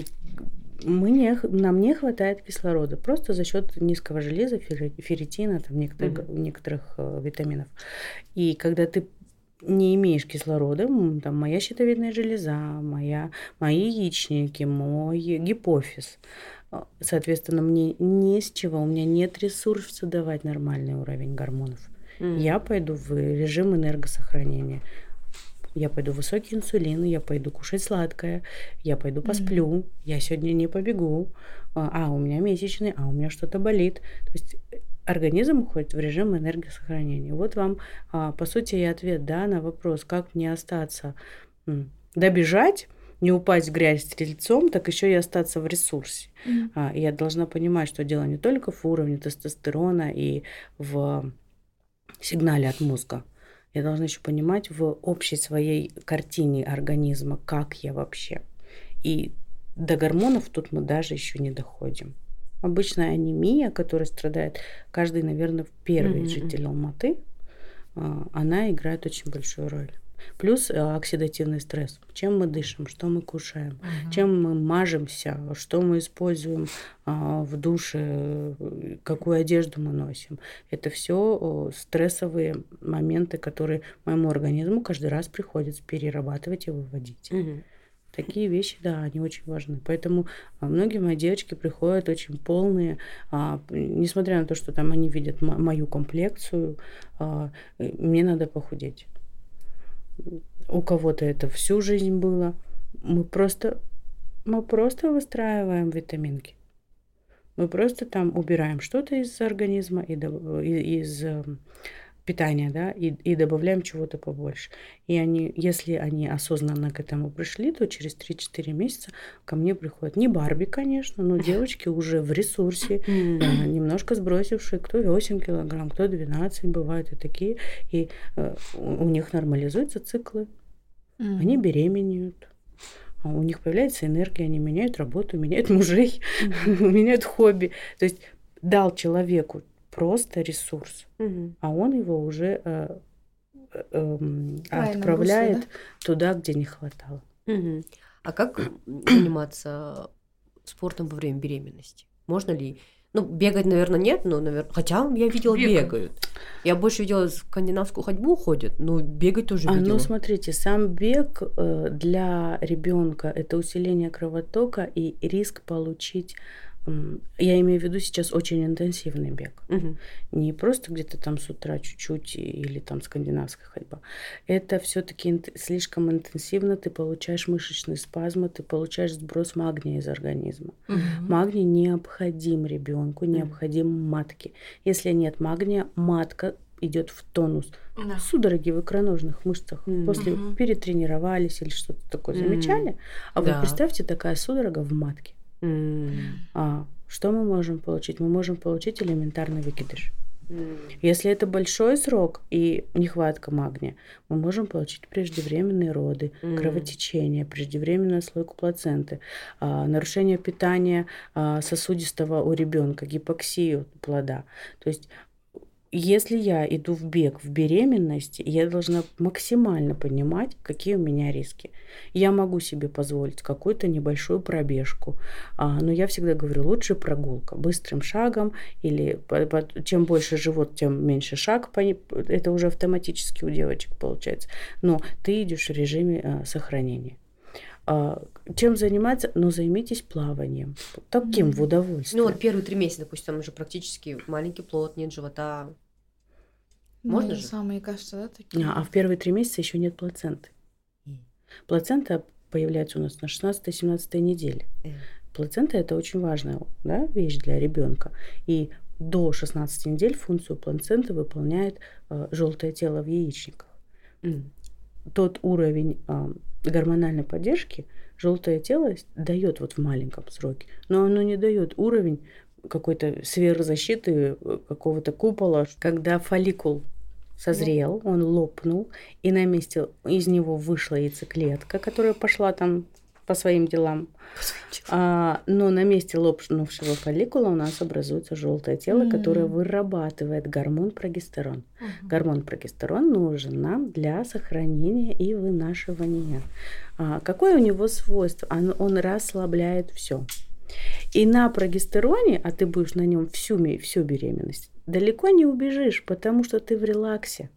нам не хватает кислорода просто за счет низкого железа, ферритина, там, некоторых витаминов. И когда ты не имеешь кислорода, там моя щитовидная железа, мои яичники, мой гипофиз, соответственно, мне не с чего, у меня нет ресурса давать нормальный уровень гормонов. Я пойду в режим энергосохранения. Я пойду высокий инсулин, я пойду кушать сладкое, я пойду посплю, я сегодня не побегу, у меня месячные, у меня что-то болит. То есть организм уходит в режим энергосохранения. Вот вам, по сути, и ответ, да, на вопрос, как мне остаться, добежать, не упасть в грязь стрельцом, так еще и остаться в ресурсе. Я должна понимать, что дело не только в уровне тестостерона и в сигнале от мозга. Я должна еще понимать в общей своей картине организма, как я вообще. И до гормонов тут мы даже еще не доходим. Обычная анемия, которой страдает каждый, наверное, первый житель Алматы, она играет очень большую роль. Плюс оксидативный стресс. Чем мы дышим, что мы кушаем, чем мы мажемся, что мы используем в душе, какую одежду мы носим. Это все стрессовые моменты, которые моему организму каждый раз приходится перерабатывать и выводить. Такие вещи, да, они очень важны. Поэтому многие мои девочки приходят очень полные, несмотря на то, что там они видят мою комплекцию, мне надо похудеть. У кого-то это всю жизнь было. Мы просто выстраиваем витаминки. Мы просто там убираем что-то из организма, из питания, да, и добавляем чего-то побольше. И если они осознанно к этому пришли, то через 3-4 месяца ко мне приходят не Барби, конечно, но девочки уже в ресурсе, немножко сбросившие, кто 8 килограмм, кто 12, бывают и такие, и у них нормализуются циклы, они беременеют. У них появляется энергия, они меняют работу, меняют мужей, меняют хобби. То есть дал человеку просто ресурс, а он его уже отправляет туда, где не хватало. А как заниматься спортом во время беременности? Можно ли? Бегать, наверное, нет, но, наверное, хотя я видела, бегают. Я больше видела скандинавскую ходьбу ходят, но бегать тоже видела. Смотрите, сам бег для ребенка это усиление кровотока и риск получить. Я имею в виду сейчас очень интенсивный бег. Не просто где-то там с утра чуть-чуть или там скандинавская ходьба. Это все-таки слишком интенсивно, ты получаешь мышечные спазмы, ты получаешь сброс магния из организма. Магний необходим ребенку, необходим матке. Если нет магния, матка идет в тонус. Судороги в икроножных мышцах после перетренировались или что-то такое замечали. А вы представьте, такая судорога в матке. Что мы можем получить? Мы можем получить элементарный выкидыш. Если это большой срок и нехватка магния, мы можем получить преждевременные роды, кровотечение, преждевременную отслойку плаценты, нарушение питания сосудистого у ребенка, гипоксию плода. То есть если я иду в бег в беременности, я должна максимально понимать, какие у меня риски. Я могу себе позволить какую-то небольшую пробежку, но я всегда говорю, лучше прогулка быстрым шагом, или чем больше живот, тем меньше шаг, это уже автоматически у девочек получается, но ты идешь в режиме сохранения. Чем заниматься? Ну, займитесь плаванием. Таким в удовольствие. Ну, вот первые 3 месяца, допустим, там уже практически маленький плод, нет живота. Можно же? Самые, кажется, да, такие. А в первые 3 месяца еще нет плаценты. Плацента появляется у нас на 16-17 неделе. Плацента – это очень важная, да, вещь для ребенка. И до 16 недель функцию плаценты выполняет желтое тело в яичниках. Тот уровень гормональной поддержки желтое тело дает вот в маленьком сроке, но оно не дает уровень какой-то сверхзащиты, какого-то купола. Когда фолликул созрел, он лопнул, и на месте из него вышла яйцеклетка, которая пошла там по своим делам. Но на месте лопнувшего фолликула у нас образуется желтое тело, которое вырабатывает гормон прогестерон. Гормон прогестерон нужен нам для сохранения и вынашивания. Какое у него свойство? Он расслабляет все. И на прогестероне, а ты будешь на нем всю беременность, далеко не убежишь, потому что ты в релаксе.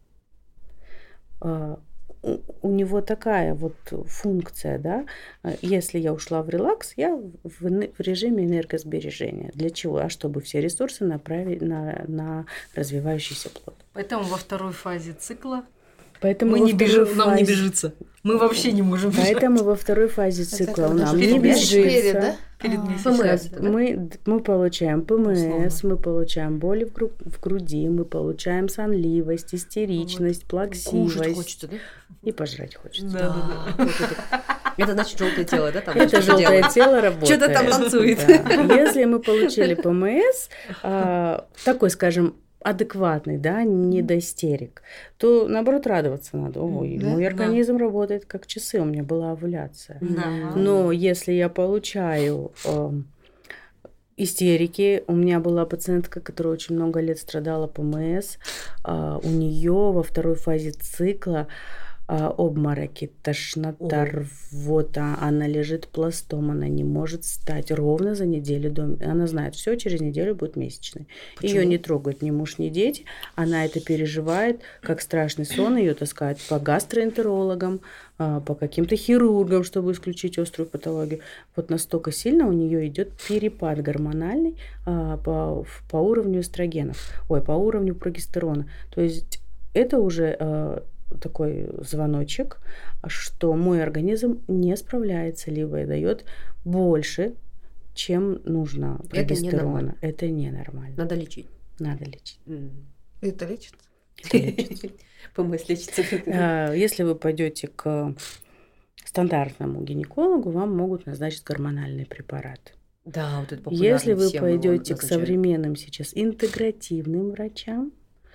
У него такая вот функция, да, если я ушла в релакс, я в режиме энергосбережения. Для чего? А чтобы все ресурсы направить на развивающийся плод. Поэтому во второй фазе цикла Поэтому нам не бежится. Мы вообще не можем бежать. Поэтому во второй фазе цикла нам не перед, бежится. да? Перед месячным. Мы получаем ПМС, Условно. мы получаем боли в груди, мы получаем сонливость, истеричность, плаксивость. Кушать хочется, да? И пожрать хочется. Да. Это значит желтое тело, да? Там Это что-то желтое делает. тело работает. Что-то там танцует. Да. Если мы получили ПМС, такой, скажем, адекватный, да, не до истерик, то, наоборот, радоваться надо. Ой, Да? мой организм работает как часы, у меня была овуляция. Да. Но если я получаю истерики, у меня была пациентка, которая очень много лет страдала ПМС, у нее во второй фазе цикла обмороки, тошнота, рвота, она лежит пластом, она не может встать ровно за неделю до... Она знает, все, через неделю будет месячный. Ее не трогают ни муж, ни дети, она это переживает, как страшный сон, ее таскают по гастроэнтерологам, по каким-то хирургам, чтобы исключить острую патологию. Вот настолько сильно у нее идет перепад гормональный по уровню эстрогенов, по уровню прогестерона. То есть это уже такой звоночек, что мой организм не справляется, либо дает больше, чем нужно прогестерона. Это ненормально. Надо лечить. Надо лечить. Это лечится? Это лечится. ПМС лечится. Если вы пойдете к стандартному гинекологу, вам могут назначить гормональные препараты. Да, вот это популярно. Если вы всем его пойдете к назначают. современным сейчас интегративным врачам,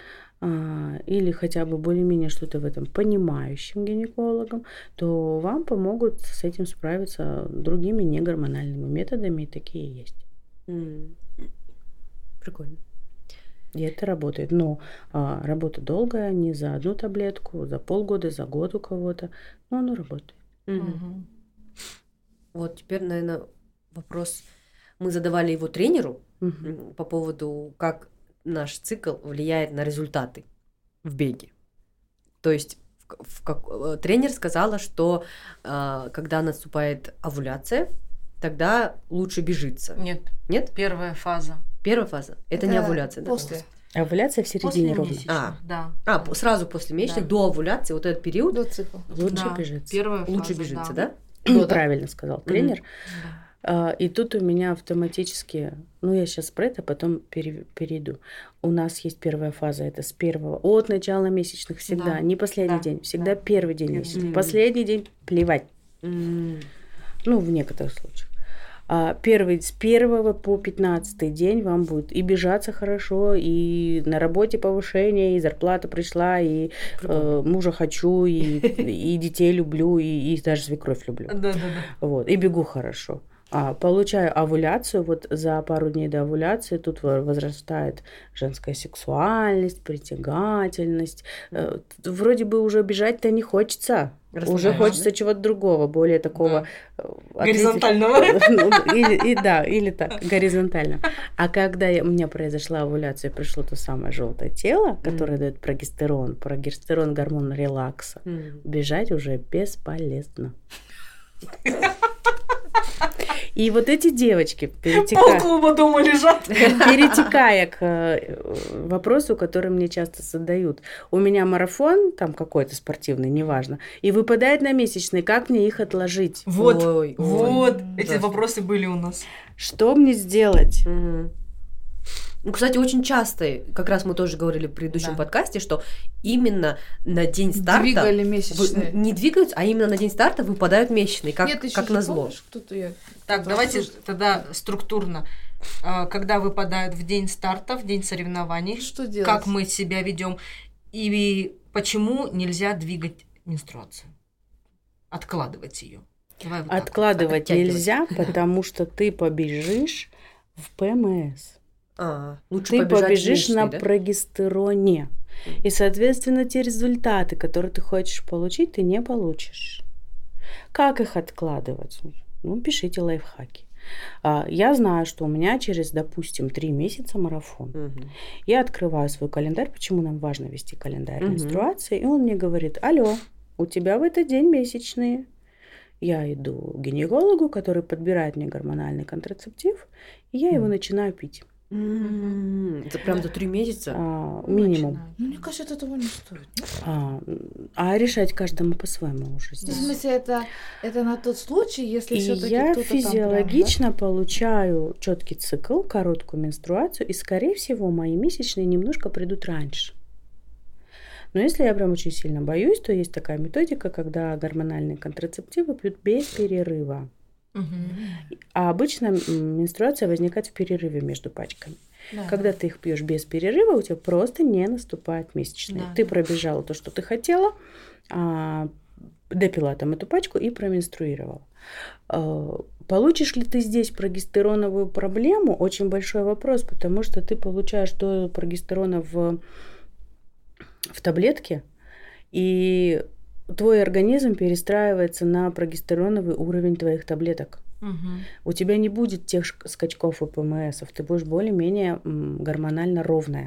или хотя бы более-менее что-то в этом понимающим гинекологам, то вам помогут с этим справиться другими негормональными методами, и такие есть. Прикольно. И это работает. Но работа долгая, не за одну таблетку, за полгода, за год у кого-то, но оно работает. Мгм. Вот теперь, наверное, вопрос. Мы задавали его тренеру по поводу, как наш цикл влияет на результаты в беге. То есть тренер сказала, что когда наступает овуляция, тогда лучше бежится. Нет, Нет? первая фаза. Первая фаза. Это не овуляция, да? После. Овуляция в середине После ровно. месячных, да. Сразу после месячных, Да. до овуляции, вот этот период До цикла. Лучше Да, бежится. Первая лучше фаза, бежится, да? да? Правильно сказал тренер. Да. И тут у меня автоматически, я сейчас про это потом перейду. У нас есть первая фаза, это с первого, от начала месячных всегда, Да. не последний Да. день, всегда Да. первый день Первый месячных. день. Последний день плевать, М. в некоторых случаях. С 1 по 15 день вам будет и бежаться хорошо, и на работе повышение, и зарплата пришла, и мужа хочу, и детей люблю, и даже свекровь люблю. Да. Вот, и бегу хорошо. Получаю овуляцию, вот за пару дней до овуляции тут возрастает женская сексуальность, притягательность. Вроде бы уже бежать-то не хочется. Уже хочется чего-то другого, более такого... Горизонтального. Или так, горизонтально. А когда у меня произошла овуляция, пришло то самое желтое тело, которое дает прогестерон, гормон релакса, бежать уже бесполезно. И вот эти девочки, Полклуба дома лежат. перетекая к вопросу, который мне часто задают. У меня марафон, там какой-то спортивный, неважно, и выпадает на месячные, как мне их отложить? Вот, эти вопросы были у нас. Что мне сделать? Ну, кстати, очень часто, как раз мы тоже говорили в предыдущем подкасте, что именно на день старта... Двигали месячные. Не двигаются, а именно на день старта выпадают месячные, как назло. Так, давайте тогда структурно. Когда выпадают в день старта, в день соревнований, что делать? Как мы себя ведем и почему нельзя двигать менструацию? Откладывать ее. Откладывать нельзя, потому что ты побежишь в ПМС. Лучше ты побежишь месячный, на прогестероне. И, соответственно, те результаты, которые ты хочешь получить, ты не получишь. Как их откладывать? Ну, пишите лайфхаки. Я знаю, что у меня через, допустим, 3 месяца марафон. Я открываю свой календарь. Почему нам важно вести календарь менструации? И он мне говорит: алло, у тебя в этот день месячные. Я иду к гинекологу, который подбирает мне гормональный контрацептив, и я его начинаю пить. Это прям за 3 месяца? Минимум. Ну, мне кажется, это того не стоит. Решать каждому по-своему уже здесь. В смысле, это на тот случай, если все-таки я кто-то физиологично получаю четкий цикл, короткую менструацию, и, скорее всего, мои месячные немножко придут раньше. Но если я прям очень сильно боюсь, то есть такая методика, когда гормональные контрацептивы пьют без перерыва. А обычно менструация возникает в перерыве между пачками. Да. Когда ты их пьешь без перерыва, у тебя просто не наступает месячные. Да. Ты пробежала то, что ты хотела, допила там эту пачку и променструировала. Получишь ли ты здесь прогестероновую проблему? Очень большой вопрос, потому что ты получаешь дозу прогестерона в таблетке, и твой организм перестраивается на прогестероновый уровень твоих таблеток. У тебя не будет тех скачков и ПМСов, ты будешь более-менее гормонально ровная.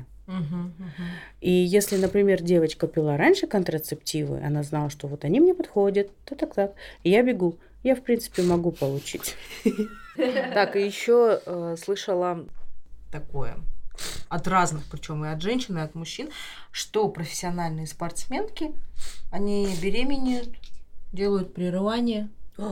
И если, например, девочка пила раньше контрацептивы, она знала, что вот они мне подходят, так, и я бегу, я, в принципе, могу получить. Так, и еще слышала такое от разных, причем и от женщин, и от мужчин, что профессиональные спортсменки, они беременеют, делают прерывание,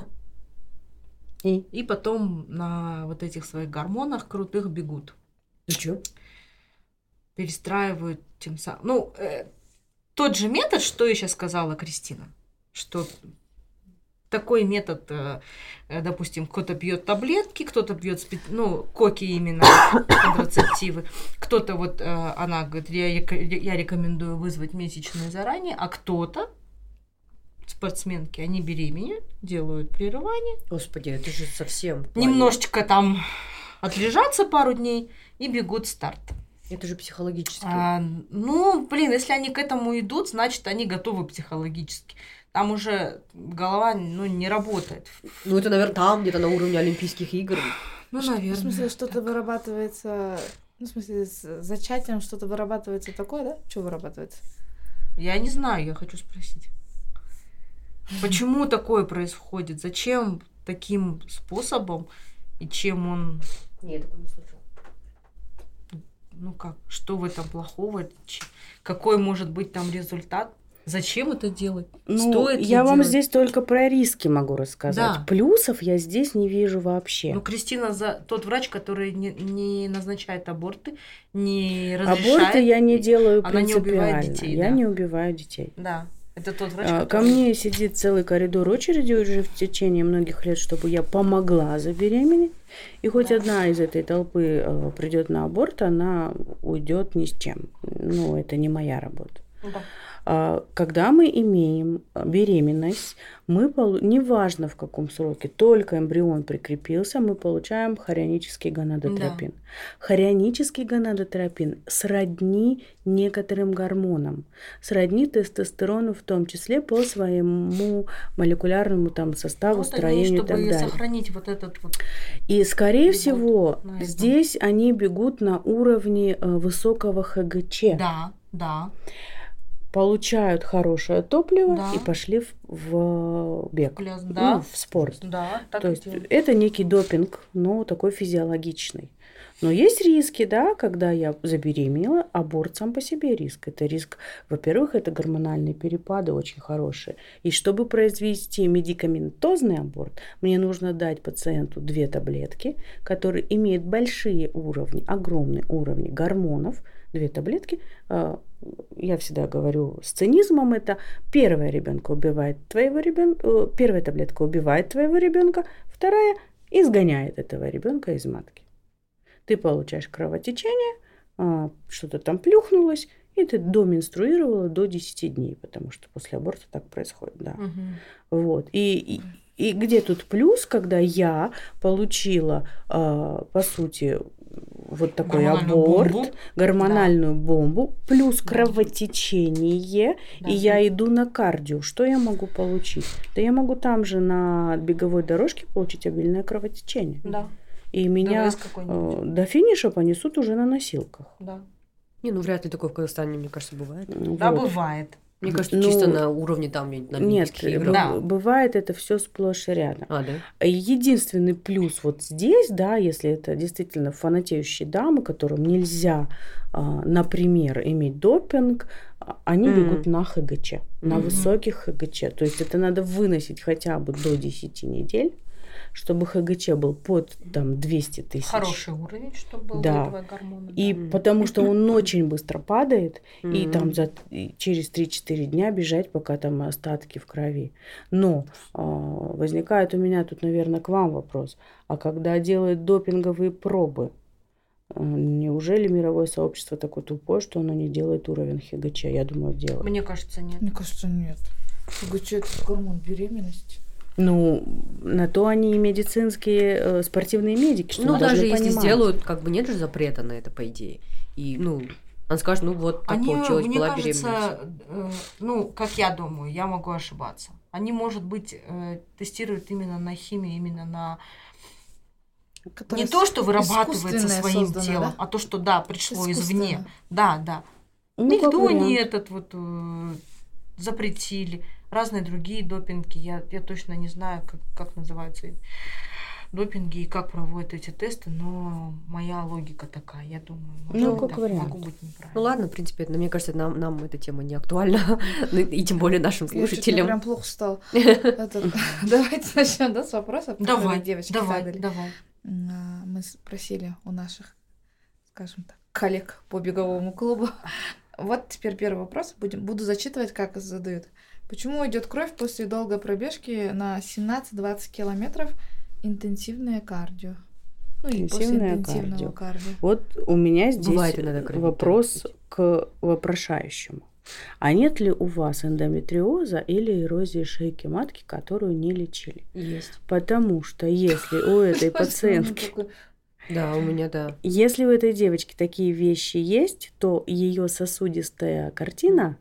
и потом на вот этих своих гормонах крутых бегут. И что? Перестраивают тем самым. Тот же метод, что я сейчас сказала, Кристина, что такой метод, допустим, кто-то пьет таблетки, кто-то пьет, коки именно, контрацептивы, кто-то она говорит, я рекомендую вызвать месячные заранее, а кто-то, спортсменки, они беременеют, делают прерывание. Господи, это же совсем... Немножечко там отлежаться пару дней и бегут старт. Это же психологически. Если они к этому идут, значит, они готовы психологически. Там уже голова, не работает. Это, наверное, там где-то на уровне Олимпийских игр. Наверное. В смысле, что-то вырабатывается... с зачатием что-то вырабатывается такое, да? Что вырабатывается? Я не знаю, я хочу спросить. Почему такое происходит? Зачем таким способом? И чем он... Нет, такого не слышала. Что в этом плохого? Какой может быть там результат? Зачем это делать? Стоит ли я вам делать? здесь только про риски могу рассказать. Да. Плюсов я здесь не вижу вообще. Кристина, тот врач, который не назначает аборты, не разрешает. Аборты я не делаю она принципиально. не убивает детей. Я не убиваю детей. Да. Это тот врач, Ко который... мне сидит целый коридор очереди уже в течение многих лет, чтобы я помогла забеременеть. И хоть Да. одна из этой толпы придет на аборт, она уйдет ни с чем. Ну, это не моя работа. Да. Когда мы имеем беременность, неважно в каком сроке, только эмбрион прикрепился, мы получаем хорионический гонадотропин. Хорионический гонадотропин сродни некоторым гормонам, сродни тестостерону в том числе по своему молекулярному там составу, Вот они, строению и так чтобы далее. сохранить вот этот вот... И, скорее бегут всего, на этом. здесь они бегут на уровне высокого ХГЧ. Да. Получают хорошее топливо Да. и пошли в бег, Да. ну, в спорт. Да, так То и есть делают. это некий допинг, но такой физиологичный. Но есть риски, да, когда я забеременела, аборт сам по себе риск. Это риск, во-первых, это гормональные перепады очень хорошие. И чтобы произвести медикаментозный аборт, мне нужно дать пациенту 2 таблетки, которые имеют большие уровни, огромные уровни гормонов. 2 таблетки. Я всегда говорю с цинизмом, это первая таблетка убивает твоего ребенка, вторая изгоняет этого ребенка из матки. Ты получаешь кровотечение, что-то там плюхнулось, и ты доменструировала до 10 дней, потому что после аборта так происходит, да. Вот. И где тут плюс, когда я получила, по сути, вот такой гормональную бомбу, плюс кровотечение, Да. и я иду на кардио. Что я могу получить? Да я могу там же на беговой дорожке получить обильное кровотечение. Да. И меня ДВС какой-нибудь. до финиша понесут уже на носилках. Да. Не, ну вряд ли такое в Казахстане, мне кажется, бывает. Да, Вот. бывает. Мне кажется, Ну, чисто на уровне там на Нет, Олимпийских играх. Да. бывает это все сплошь и рядом. А, да? Единственный плюс вот здесь, да, если это действительно фанатеющие дамы, которым нельзя, например, иметь допинг, они бегут на ХГЧ, на высоких ХГЧ. То есть это надо выносить хотя бы до 10 недель, чтобы ХГЧ был под там 200 тысяч. Хороший уровень, чтобы был Да. этого гормона. И Да. потому что он очень быстро падает, и там Мгм. через 3-4 дня бежать, пока там остатки в крови. Но возникает у меня тут, наверное, к вам вопрос. А когда делают допинговые пробы, неужели мировое сообщество такое тупое, что оно не делает уровень ХГЧ? Я думаю, делает. Мне кажется, нет. Мне кажется, нет. ХГЧ это гормон беременности. Ну, на то они и медицинские, спортивные медики, что Ну, мы даже должны если понимать. сделают, как бы нет же запрета на это, по идее. И, ну, он скажет, ну вот, так получилось, мне была кажется, беременность. как я думаю, я могу ошибаться. Они, может быть, тестируют именно на химию, именно на... Которая Не то, что вырабатывается искусственная своим создана, телом, да? а то, что, да, пришло извне. Искусственно. Да. Ну, как Никто вариант. не этот вот запретили. Разные другие допинги. Я точно не знаю, как называются допинги и как проводят эти тесты, но моя логика такая, я думаю. Ну, может, как вариант. могу быть неправильно. Ну ладно, в принципе, мне кажется, нам эта тема не актуальна, и тем более нашим Я чуть не слушателям. прям плохо стал. Давайте начнем, да, с вопросов, которые Давай, девочки давай. задали. Мы спросили у наших, скажем так, коллег по беговому клубу. Вот теперь первый вопрос. Буду зачитывать, как задают. Почему идет кровь после долгой пробежки на 17-20 километров? Интенсивное кардио. Ну и после Интенсивное интенсивного кардио. Вот у меня здесь Бывает иногда кровь, вопрос да, к вопрошающему. А нет ли у вас эндометриоза или эрозии шейки матки, которую не лечили? Есть. Потому что если у этой пациентки, Да, у меня, да. если у этой девочки такие вещи есть, то ее сосудистая картина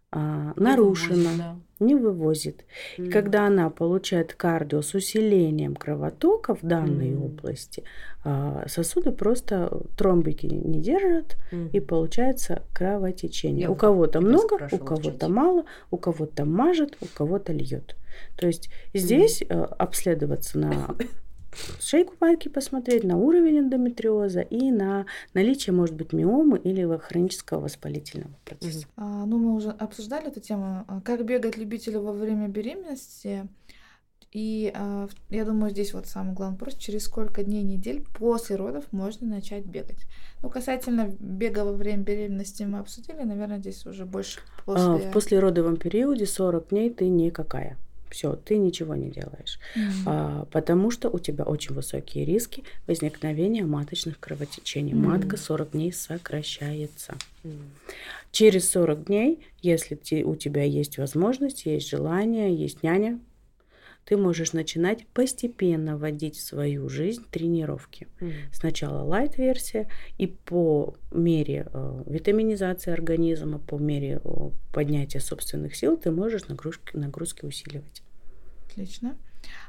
нарушена, не вывозит. И когда она получает кардио с усилением кровотока в данной области, сосуды просто тромбики не держат, и получается кровотечение. Я У кого-то тебя много, у спрашивала в кого-то чате. мало, у кого-то мажет, у кого-то льет. То есть здесь обследоваться на шейку матки, посмотреть на уровень эндометриоза и на наличие, может быть, миомы или хронического воспалительного процесса. Ну, мы уже обсуждали эту тему. Как бегать любителю во время беременности? И я думаю, здесь вот самый главный вопрос, через сколько дней, недель после родов можно начать бегать. Ну, касательно бега во время беременности мы обсудили, наверное, здесь уже больше В послеродовом периоде 40 дней ты никакая. Все, ты ничего не делаешь. Потому что у тебя очень высокие риски возникновения маточных кровотечений. Матка 40 дней сокращается. Через 40 дней, если у тебя есть возможность, есть желание, есть няня, ты можешь начинать постепенно вводить в свою жизнь тренировки. Сначала лайт-версия, и по мере витаминизации организма, по мере поднятия собственных сил ты можешь нагрузки усиливать. Отлично.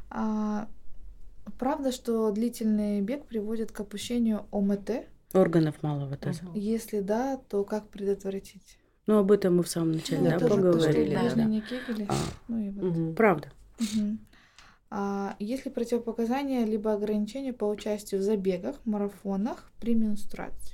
Правда, что длительный бег приводит к опущению ОМТ? Органов малого таза. Если да, то как предотвратить? Ну, об этом мы в самом начале поговорили. Правда. Есть ли противопоказания либо ограничения по участию в забегах, марафонах при менструации?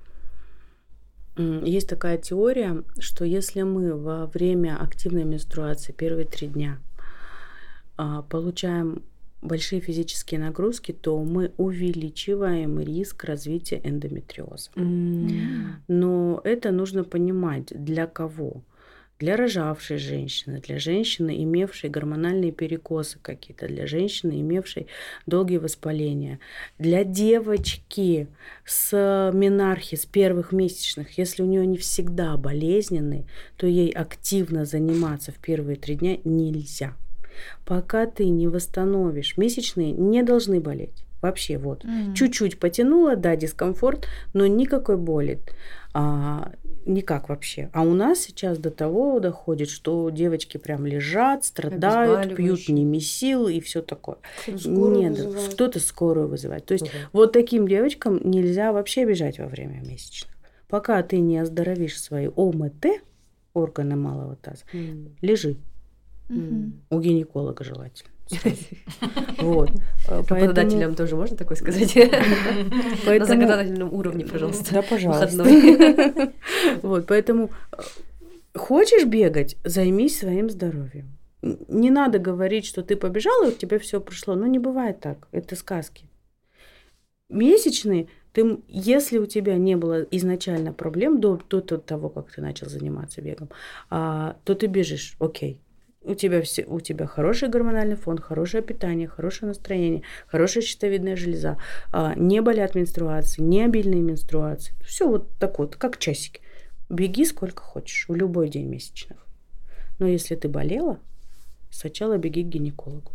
Есть такая теория, что если мы во время активной менструации первые 3 дня получаем большие физические нагрузки, то мы увеличиваем риск развития эндометриоза. Но это нужно понимать, для кого. Для рожавшей женщины, для женщины, имевшей гормональные перекосы какие-то, для женщины, имевшей долгие воспаления, для девочки с менархи, с первых месячных, если у нее не всегда болезненные, то ей активно заниматься в первые 3 дня нельзя. Пока ты не восстановишь, месячные не должны болеть. Вообще вот. Чуть-чуть потянула, да, дискомфорт, но никакой боли. Никак вообще. А у нас сейчас до того доходит, что девочки прям лежат, страдают, пьют немесил и все такое. Кто-то скорую вызывает. То есть вот таким девочкам нельзя вообще бежать во время месячных. Пока ты не оздоровишь свои ОМТ, органы малого таза, лежи. У гинеколога желательно. Вот. Работодателям тоже можно такое сказать? На законодательном уровне, пожалуйста. Да, пожалуйста. Вот, поэтому хочешь бегать, займись своим здоровьем. Не надо говорить, что ты побежала, и у тебя все прошло. Ну, не бывает так. Это сказки. Месячные, если у тебя не было изначально проблем до того, как ты начал заниматься бегом, то ты бежишь, окей. У тебя хороший гормональный фон, хорошее питание, хорошее настроение, хорошая щитовидная железа, не болят менструации, не обильные менструации. Все вот так вот, как часики. Беги сколько хочешь, в любой день месячных. Но если ты болела, сначала беги к гинекологу.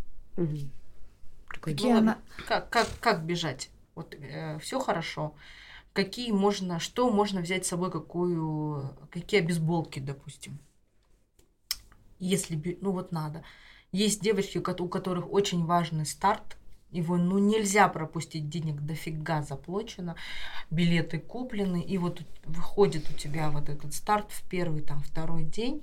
Как бежать? Вот все хорошо. Что можно взять с собой, какие обезболки, допустим? Если, надо. Есть девочки, у которых очень важный старт, его, нельзя пропустить, денег дофига заплачено, билеты куплены, и вот выходит у тебя вот этот старт в первый, второй день.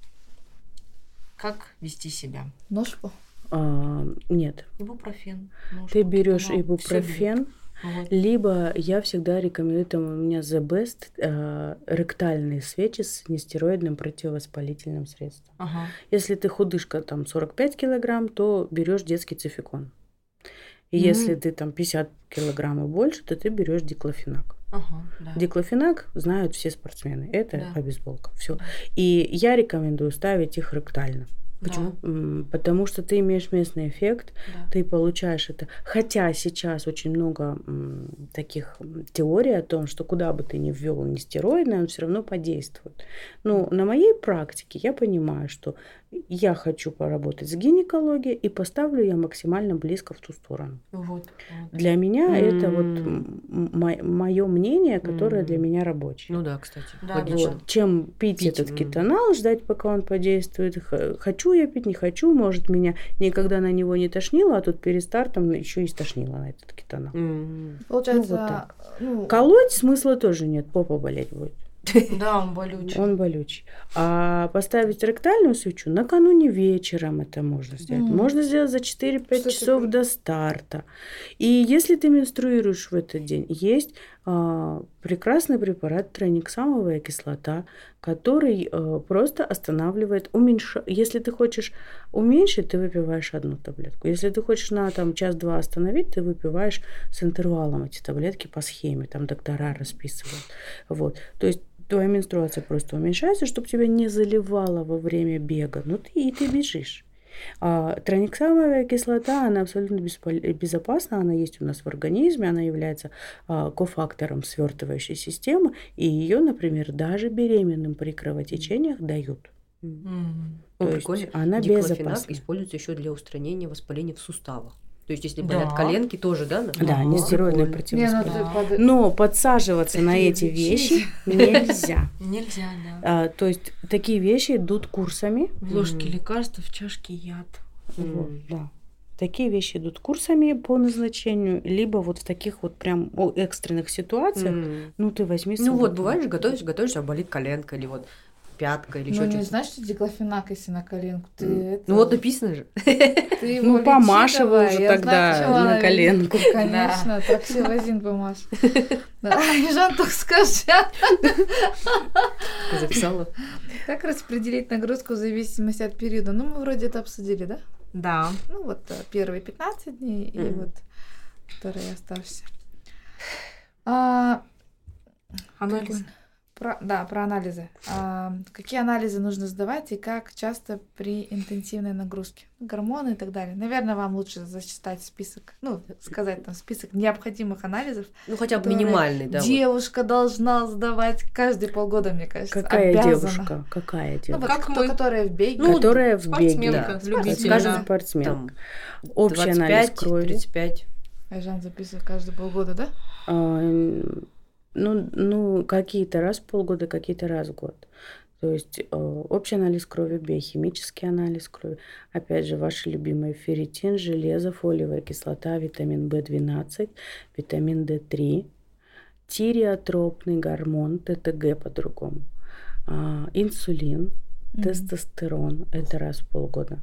Как вести себя? Ножку? Нет. Ибупрофен. Ты берешь ибупрофен. Вот. Либо я всегда рекомендую, у меня The Best, ректальные свечи с нестероидным противовоспалительным средством. Если ты худышка 45 килограмм, то берешь детский цификон. И если ты 50 килограмм и больше, то ты берешь диклофенак. Диклофенак знают все спортсмены. Это обезболка. Все. И я рекомендую ставить их ректально. Почему? Потому что ты имеешь местный эффект, ты получаешь это. Хотя сейчас очень много таких теорий о том, что куда бы ты ни ввел нестероидный, он все равно подействует. Но на моей практике я понимаю, что я хочу поработать с гинекологией и поставлю я максимально близко в ту сторону. Для меня это мое мнение, которое для меня рабочее. Ну да, кстати. Чем пить этот кетонал, ждать, пока он подействует. Хочу я пить, не хочу, может, меня никогда на него не тошнило, а тут перед стартом еще и стошнило на этот кетонал. Получается, колоть смысла тоже нет, попа болеть будет. Да, он болючий. Он болючий. А поставить ректальную свечу накануне вечером это можно сделать. Можно сделать за 4-5 часов до старта. И если ты менструируешь в этот день, есть прекрасный препарат трониксамовая кислота, который просто останавливает, Если ты хочешь уменьшить, ты выпиваешь одну таблетку. Если ты хочешь на час-два остановить, ты выпиваешь с интервалом эти таблетки по схеме. Там доктора расписывают. Вот. То есть твоя менструация просто уменьшается, чтобы тебя не заливало во время бега. Ты бежишь. Трониксамовая кислота, она абсолютно безопасна, она есть у нас в организме, она является кофактором свертывающей системы, и ее, например, даже беременным при кровотечениях дают. То есть она безопасна. Используется еще для устранения воспаления в суставах. То есть, если болят коленки, тоже, да? Да, нестероидное противовоспаление. Но подсаживаться на эти вещи нельзя. Нельзя, да. То есть, такие вещи идут курсами. В ложке лекарства, в чашке яд. Вот, да. Такие вещи идут курсами по назначению, либо вот в таких вот прям экстренных ситуациях, ты возьми с собой. Ну вот, бывает, готовишься, а болит коленка, или вот пятка или что-то. Ну, не знаешь, что диклофенак, если на коленку. Ну, вот написано же. Ну, помашивай уже тогда на коленку. Конечно, троксилозин помашь. Жан, только скажи. Записала. Как распределить нагрузку в зависимости от периода? Ну, мы вроде это обсудили, да? Да. Ну, вот первые 15 дней и вот вторые оставшиеся. Анализ. Про анализы. Какие анализы нужно сдавать и как часто при интенсивной нагрузке? Гормоны и так далее. Наверное, вам лучше зачитать список, сказать список необходимых анализов. Ну, хотя бы минимальный, да. Девушка должна сдавать каждые полгода, мне кажется. Какая обязана. девушка? Какая девушка? Ну, вот кто, которая в беге. Которая в беге. Спортсменка, любитель. Скажем, спортсменка. Общий анализ крови. 35. Айжан записывает каждые полгода, да? Какие-то раз в полгода, какие-то раз в год. То есть общий анализ крови, биохимический анализ крови. Опять же, ваши любимые ферритин, железо, фолиевая кислота, витамин В12, витамин D3, тиреотропный гормон, ТТГ по-другому, инсулин, тестостерон. Это раз в полгода.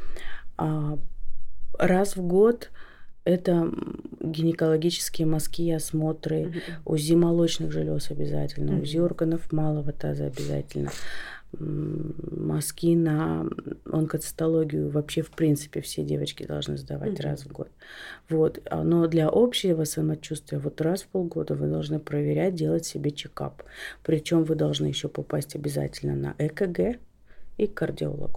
Раз в год это гинекологические мазки, осмотры, УЗИ молочных желез обязательно, УЗИ органов малого таза обязательно, мазки на онкоцитологию. Вообще, в принципе, все девочки должны сдавать раз в год. Вот. Но для общего самочувствия раз в полгода вы должны проверять, делать себе чекап. Причем вы должны еще попасть обязательно на ЭКГ и к кардиологу.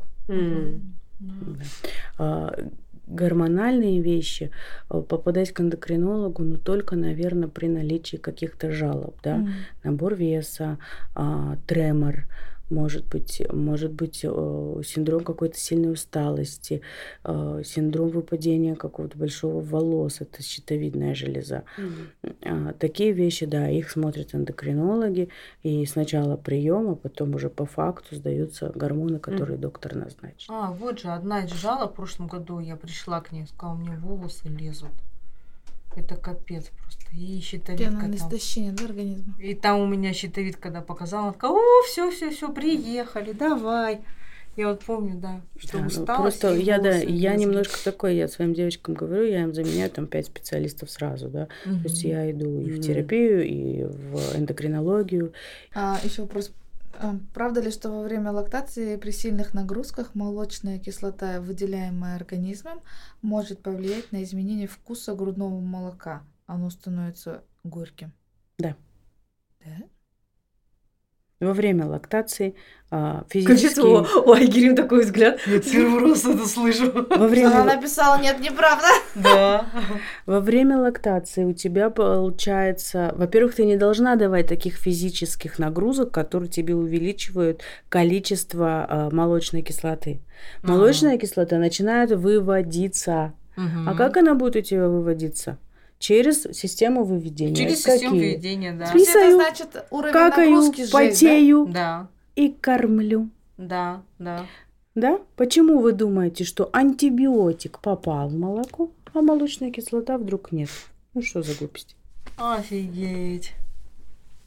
Гормональные вещи, попадать к эндокринологу, только, наверное, при наличии каких-то жалоб, да, набор веса, тремор, может быть синдром какой-то сильной усталости, синдром выпадения какого-то большого волос, это щитовидная железа. Такие вещи, да, их смотрят эндокринологи, и сначала прием, а потом уже по факту сдаются гормоны, которые доктор назначит. Вот же одна из жалоб в прошлом году, я пришла к ней, сказала, у меня волосы лезут. Это капец просто. И щитовидка там. Истощение, да, организма. И там у меня щитовидка, когда показала, она такая, все, приехали, давай. Я вот помню, да, что устала. Просто я немножко такой, я своим девочкам говорю, я им заменяю 5 специалистов сразу, да. То есть я иду и в терапию, и в эндокринологию. Еще вопрос. Правда ли, что во время лактации при сильных нагрузках молочная кислота, выделяемая организмом, может повлиять на изменение вкуса грудного молока? Оно становится горьким. Да. Да? Во время лактации физически... У Айгерим такой взгляд. Я первый раз это слышу. Она написала, нет, неправда. Да. Во время лактации у тебя получается... Во-первых, ты не должна давать таких физических нагрузок, которые тебе увеличивают количество молочной кислоты. Молочная кислота начинает выводиться. А как она будет у тебя выводиться? Через систему выведения. Через систему выведения, да. Писаю, это значит уровень какаю, нагрузки, потею, да? И кормлю. Да. Да? Почему вы думаете, что антибиотик попал в молоко, а молочная кислота вдруг нет? Ну что за глупости? Офигеть.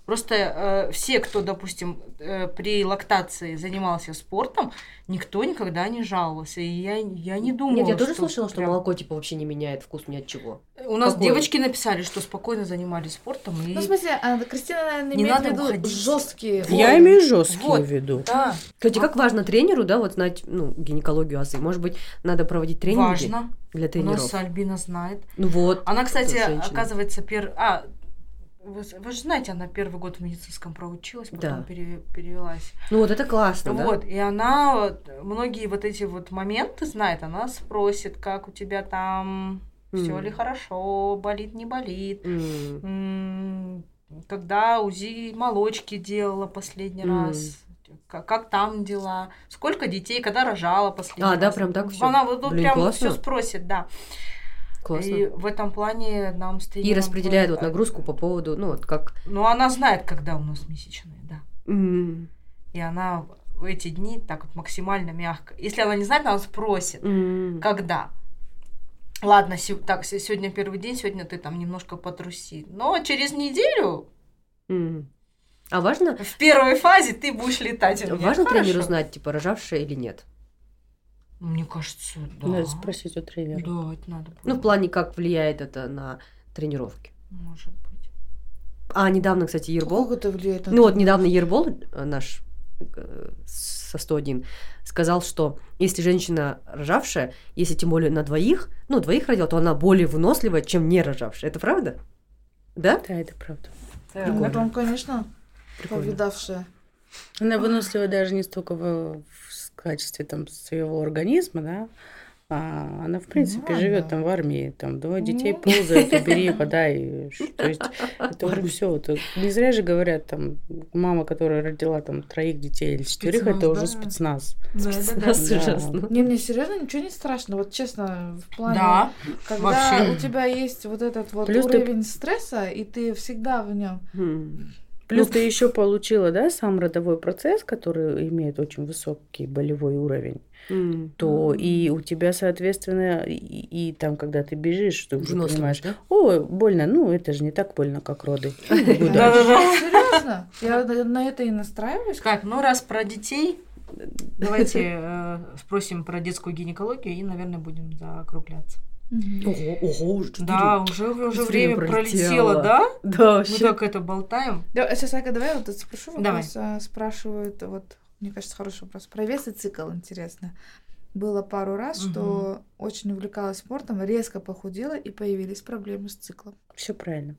Просто все, кто, допустим, при лактации занимался спортом, никто никогда не жаловался. И я не думала, Нет, я тоже слышала, что прям- молоко типа вообще не меняет вкус ни от чего. У нас Какой? девочки написали, что спокойно занимались спортом. И... Ну, в смысле, Кристина, наверное, Не имеет в надо виду уходить. жесткие. Я имею жесткие Вот. в виду. Да, Кстати, как важно тренеру, да, вот знать, ну, гинекологию азы. Может быть, надо проводить тренинги важно. для У тренеров. нас Альбина знает. Ну вот. Она, кстати, женщина. оказывается, вы же знаете, она первый год в медицинском проучилась, потом Да. перевелась. Ну вот это классно, да? Вот, и она вот многие вот эти вот моменты знает, она спросит, как у тебя там, все ли хорошо, болит, не болит, когда УЗИ молочки делала последний раз, как там дела, сколько детей, когда рожала последний раз. да, прям так всё? Она вот Блин, прям классно. все спросит, да. Классно. И в этом плане нам с И тренером распределяет было- вот нагрузку по поводу, ну вот как... Ну, она знает, когда у нас месячные, да. М, И она в эти дни так вот максимально мягко. Если она не знает, она спросит, м. когда. Ладно, сегодня первый день, сегодня ты там немножко потруси. Но через неделю, М. А важно, в первой фазе, ты будешь летать у меня. важно Хорошо. тренеру знать, типа, рожавшая или нет? Мне кажется, да. Надо спросить у тренера. Да, это надо было. Ну, в плане, как влияет это на тренировки. Может быть. А недавно, кстати, Ербол... Как это влияет на Ну вот тренировку? недавно Ербол, наш со 101, сказал, что если женщина рожавшая, если тем более на двоих, ну, двоих родила, то она более выносливая, чем не рожавшая. Это правда? Да? Да, это правда. Ну, там, конечно, Прикольно. повидавшая. Она вынослива даже не столько в качестве там своего организма, да, а она, в принципе, Ну, живет да. там в армии, там двое детей Ну. ползают, убери, подай. То есть это уже все. Не зря же говорят, там, мама, которая родила там 3 детей или 4, Спецназ, это уже да. спецназ. Спецназ Да. ужасно. Не, мне серьезно ничего не страшно. Вот честно, в плане, Да, когда вообще. у тебя есть вот этот вот Плюс ты- уровень стресса, и ты всегда в нем. М. Плюс ты еще получила, да, сам родовой процесс, который имеет очень высокий болевой уровень, М. то и у тебя, соответственно, и там, когда ты бежишь, ты уже Выносливость, понимаешь, да? ой, больно, ну, это же не так больно, как роды. Да-да-да. Серьезно? Я на это и настраиваюсь. Так, ну раз про детей, давайте спросим про детскую гинекологию и, наверное, будем закругляться. Мгм. Ого, уже 4. Да, уже время время пролетело, пролетело. да? Да, Мы вообще. так это болтаем. Да, сейчас, Ака, давай вот тут спрошу Давай. вопрос. Спрашивают, вот, мне кажется, хороший вопрос. Про вес и цикл, интересно. Было пару раз, что очень увлекалась спортом, резко похудела и появились проблемы с циклом. Все правильно.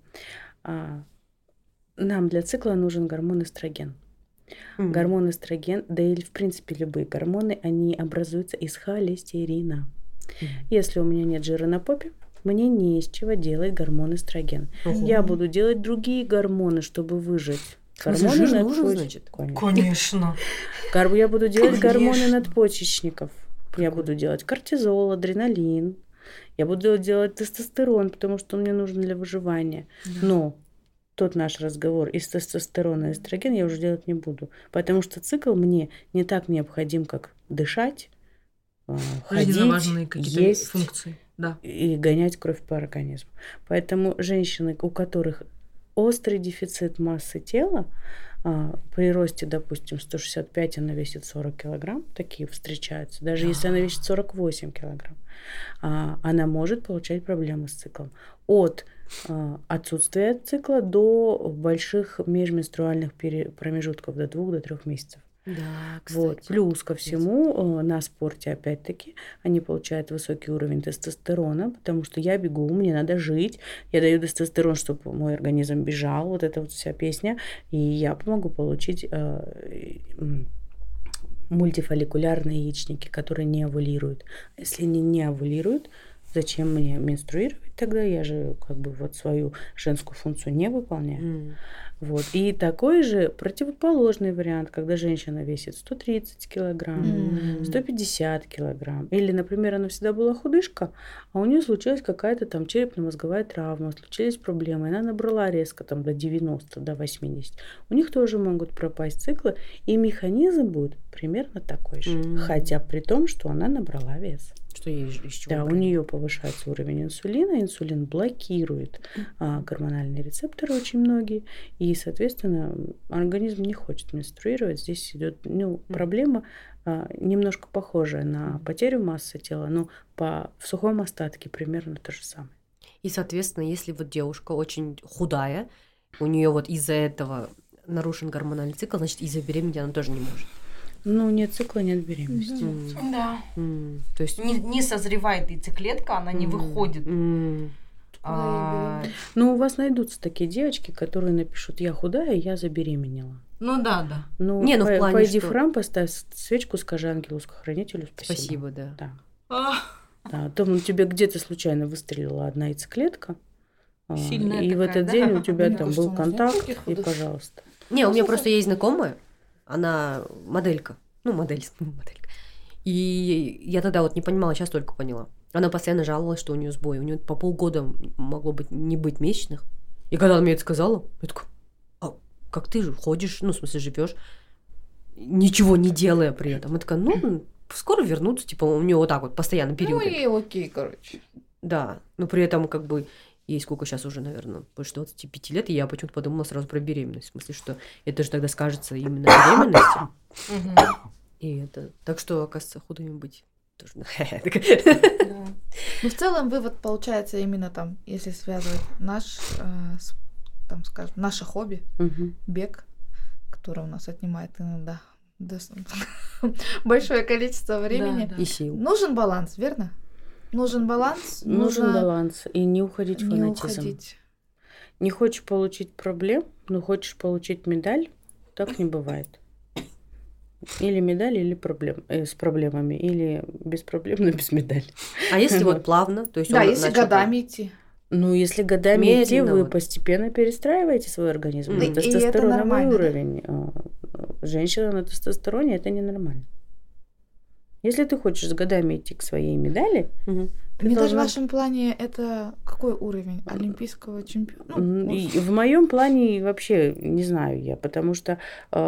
Нам для цикла нужен гормон эстроген. М. Гормон эстроген, да и в принципе любые гормоны, они образуются из холестерина. Если у меня нет жира на попе, мне не из чего делать гормон эстроген. Ого. Я буду делать другие гормоны, чтобы выжить. В смысле, жир нужен, надпоч- значит? Конечно. Конечно. Я буду делать гормоны Конечно. надпочечников. Я буду делать кортизол, адреналин. Я буду делать тестостерон, потому что он мне нужен для выживания. Но тот наш разговор из тестостерона и эстроген я уже делать не буду. Потому что цикл мне не так необходим, как дышать, Жизненно ходить, важные какие-то есть функции. Да. и гонять кровь по организму. Поэтому женщины, у которых острый дефицит массы тела, при росте, допустим, 165, она весит 40 килограмм, такие встречаются. Даже если она весит 48 килограмм, она может получать проблемы с циклом. От отсутствия цикла до больших межменструальных промежутков, до 2-3 месяцев. Да, Вот. кстати. Плюс ко всему на спорте, опять-таки, они получают высокий уровень тестостерона, потому что я бегу, мне надо жить, я даю тестостерон, чтобы мой организм бежал, вот эта вот вся песня, и я помогу получить мультифолликулярные яичники, которые не овулируют. Если они не овулируют, зачем мне менструировать тогда? Я же как бы вот свою женскую функцию не выполняю. М. Вот. И такой же противоположный вариант, когда женщина весит 130 килограмм, М. 150 килограмм. Или, например, она всегда была худышка, а у нее случилась какая-то там черепно-мозговая травма, случились проблемы, она набрала резко там до 90, до 80. У них тоже могут пропасть циклы, и механизм будет примерно такой же. М. Хотя при том, что она набрала вес. Что Что из чего? Да, у нее повышается уровень инсулина, инсулин блокирует гормональные рецепторы очень многие, и, соответственно, организм не хочет менструировать. Здесь идет проблема немножко похожая на потерю массы тела, но в сухом остатке примерно то же самое. И, соответственно, если вот девушка очень худая, у нее вот из-за этого нарушен гормональный цикл, значит, из-за беременности она тоже не может. Ну, нет цикла, нет беременности. Да. То есть Не созревает яйцеклетка, она не выходит. Ну, у вас найдутся такие девочки, которые напишут: я худая, я забеременела. Ну да. Ну, в плане, пойди что... в храм, поставь свечку, скажи ангелу-хранителю спасибо, да. Да, там тебе где-то случайно выстрелила одна яйцеклетка, сильная и такая, в этот день у тебя там был кажется, контакт, и пожалуйста. Не, у меня просто есть знакомая, она моделька, моделька. И я тогда вот не понимала, сейчас только поняла. Она постоянно жаловалась, что у нее сбой. У нее по полгода могло не быть месячных. И когда она мне это сказала, я такая: а как ты же ходишь, в смысле живешь, ничего не делая при этом. Я такая: скоро вернутся, типа у нее вот так вот постоянно период. Ну и окей, короче. Да, но при этом как бы ей сколько сейчас уже, наверное, больше 25 лет, и я почему-то подумала сразу про беременность. В смысле, что это же тогда скажется именно беременности. И это... Так что, оказывается, худыми быть тоже... Ну, в целом, вывод получается именно там, если связывать наше хобби, бег, который у нас отнимает иногда большое количество времени. И сил. Нужен баланс, верно? Нужен баланс. Нужен баланс. И не уходить в фанатизм. Не хочешь получить проблем, но хочешь получить медаль, так не бывает. Или медаль, или с проблемами, или без проблем, но без медали. А если вот плавно? То есть если годами идти. Ну, если годами идти, вы постепенно перестраиваете свой организм. На тестостероновый уровень. Женщина на тестостероне — это ненормально. Если ты хочешь с годами идти к своей медали... Медаль в вашем плане — это какой уровень? Олимпийского чемпиона? В моем плане вообще не знаю я, потому что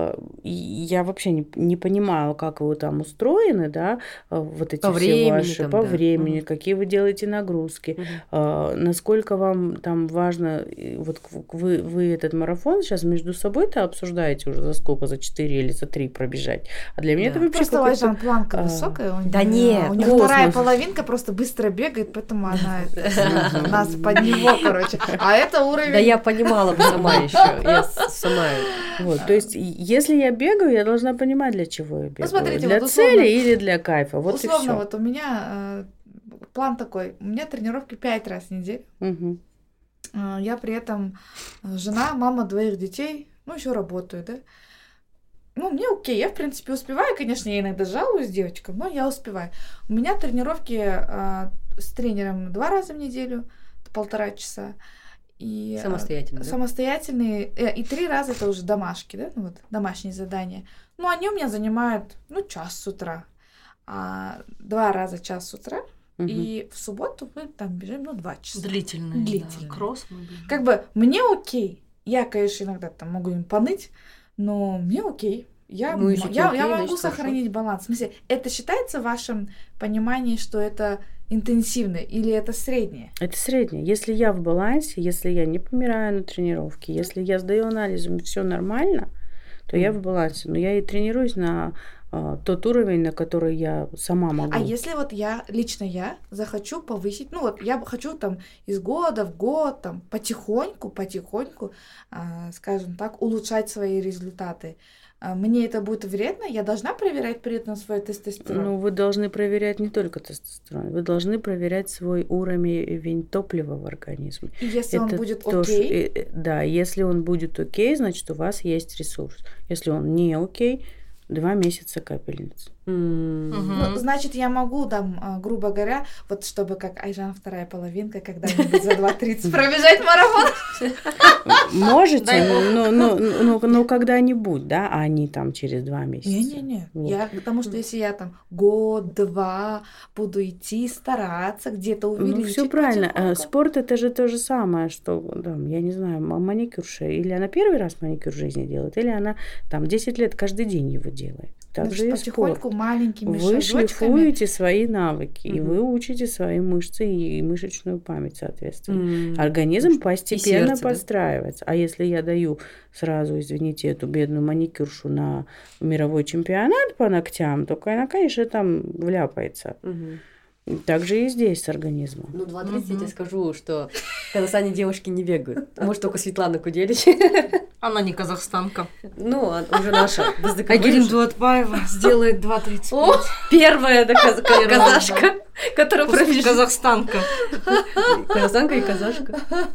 я вообще не понимаю, как вы там устроены, да, вот эти все ваши, по времени, какие вы делаете нагрузки, насколько вам там важно, вот вы этот марафон сейчас между собой-то обсуждаете уже за сколько, за 4 или за 3 пробежать, а для меня это вообще просто Лайжан планка высокая, да нет, у нее вторая половинка просто быстро бегает, поэтому она нас под него, короче. А это уровень... Да я понимала бы сама еще. Я сама... Вот, то есть, если я бегаю, я должна понимать, для чего я бегаю. Смотрите, для цели или для кайфа. Вот условно, и всё. вот у меня план такой. У меня тренировки 5 раз в неделю. Я при этом жена, мама 2 детей, еще работаю, да. Мне окей, я, в принципе, успеваю. Конечно, я иногда жалуюсь девочкам, но я успеваю. У меня тренировки с тренером 2 раза в неделю, 1,5 часа. И самостоятельные. И 3 раза это уже домашки, да, домашние задания. Они у меня занимают, час с утра. 2 раза час с утра. И в субботу мы там бежим, 2 часа. Длительные. Да. Кросс мы бежим. Как бы мне окей. Я, конечно, иногда там могу им поныть, но мне окей. Я могу сохранить баланс. В смысле, это считается в вашем понимании, что это интенсивное или это среднее? Это среднее. Если я в балансе, если я не помираю на тренировке, если я сдаю анализы, все нормально, то я в балансе. Но я и тренируюсь на тот уровень, на который я сама могу. А если лично я захочу повысить, я хочу там из года в год там потихоньку, скажем так, улучшать свои результаты. Мне это будет вредно? Я должна проверять при этом свой тестостерон? Вы должны проверять не только тестостерон, вы должны проверять свой уровень топлива в организме. И если он будет окей? Да, если он будет окей, значит, у вас есть ресурс. Если он не окей, 2 месяца капельниц. Значит, я могу там, грубо говоря, вот чтобы как Айжан вторая половинка когда-нибудь за 2:30 пробежать марафон. Можете, но когда-нибудь, да, а не там через 2 месяца. Не. Потому что если я там год-два буду идти, стараться, где-то увеличить. Все правильно. Спорт — это же то же самое, что, я не знаю, маникюрша. Или она первый раз маникюр в жизни делает, или она там 10 лет каждый день его делает. Так же и спорт. потихоньку маленькими вы шажочками. шлифуете свои навыки, и Мгм. вы учите свои мышцы и мышечную память, соответственно. М. Организм постепенно сердце, да? подстраивается. А если я даю сразу, извините, эту бедную маникюршу на мировой чемпионат по ногтям, то она, конечно, там вляпается. Мгм. Так же и здесь с организмом. Ну, 2:30 я Мгм. тебе скажу, что в Казахстане девушки не бегают. Может, только Светлана Куделич. Она не казахстанка. Ну, уже наша. Айгерим Дуатбаева сделает 2:35. О, первая Первая, казашка, которая пробежит. Казахстанка. Казахстанка и казашка.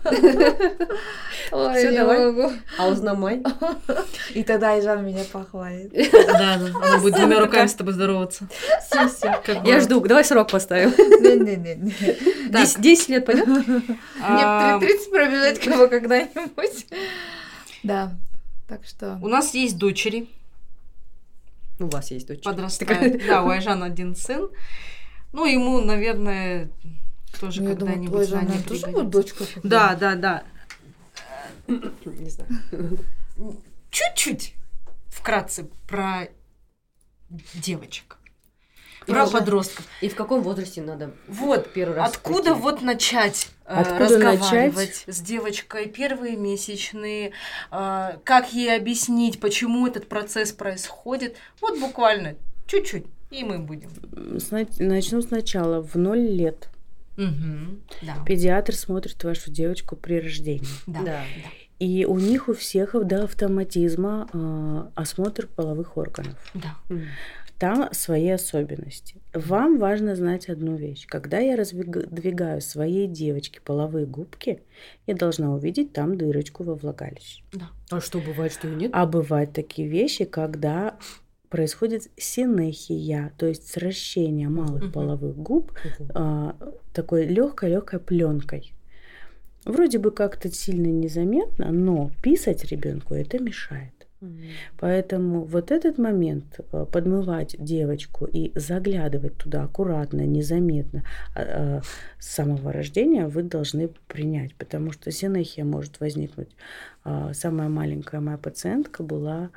Ой, Всё, не давай. могу. А узнамай. И тогда Айжан меня похвалит. Да, она будет двумя руками с тобой здороваться. Все. Как бы- Я жду. Давай срок поставим. Не-не-не. 10 лет пойдет? А, Мне 30 пробежать кого когда-нибудь. Да, так что... У нас есть дочери, У вас есть дочь. подрастают. Да, у Айжана один сын. Ну, ему, наверное, тоже Ну, я думаю, когда-нибудь твоя жена знания тоже пригодятся. будет дочка? Да. Не знаю. Чуть-чуть вкратце про девочек, И про уже- подростков. И в каком возрасте надо Вот, первый раз откуда прийти? вот начать Откуда разговаривать с девочкой, первые месячные, как ей объяснить, почему этот процесс происходит. Вот буквально чуть-чуть, и мы будем. Начну сначала. В 0 лет Да. педиатр смотрит вашу девочку при рождении. Да. И у них у всех до автоматизма осмотр половых органов. Да. Там свои особенности. Вам важно знать одну вещь. Когда я раздвигаю своей девочке половые губки, я должна увидеть там дырочку во влагалище. А что, бывает, что и нет? А бывают такие вещи, когда происходит синехия, то есть сращение малых Мгм. половых губ Ого. такой легкой пленкой. Вроде бы как-то сильно незаметно, но писать ребенку это мешает. Поэтому вот этот момент подмывать девочку и заглядывать туда аккуратно, незаметно с самого рождения вы должны принять, потому что синехия может возникнуть. Самая маленькая моя пациентка была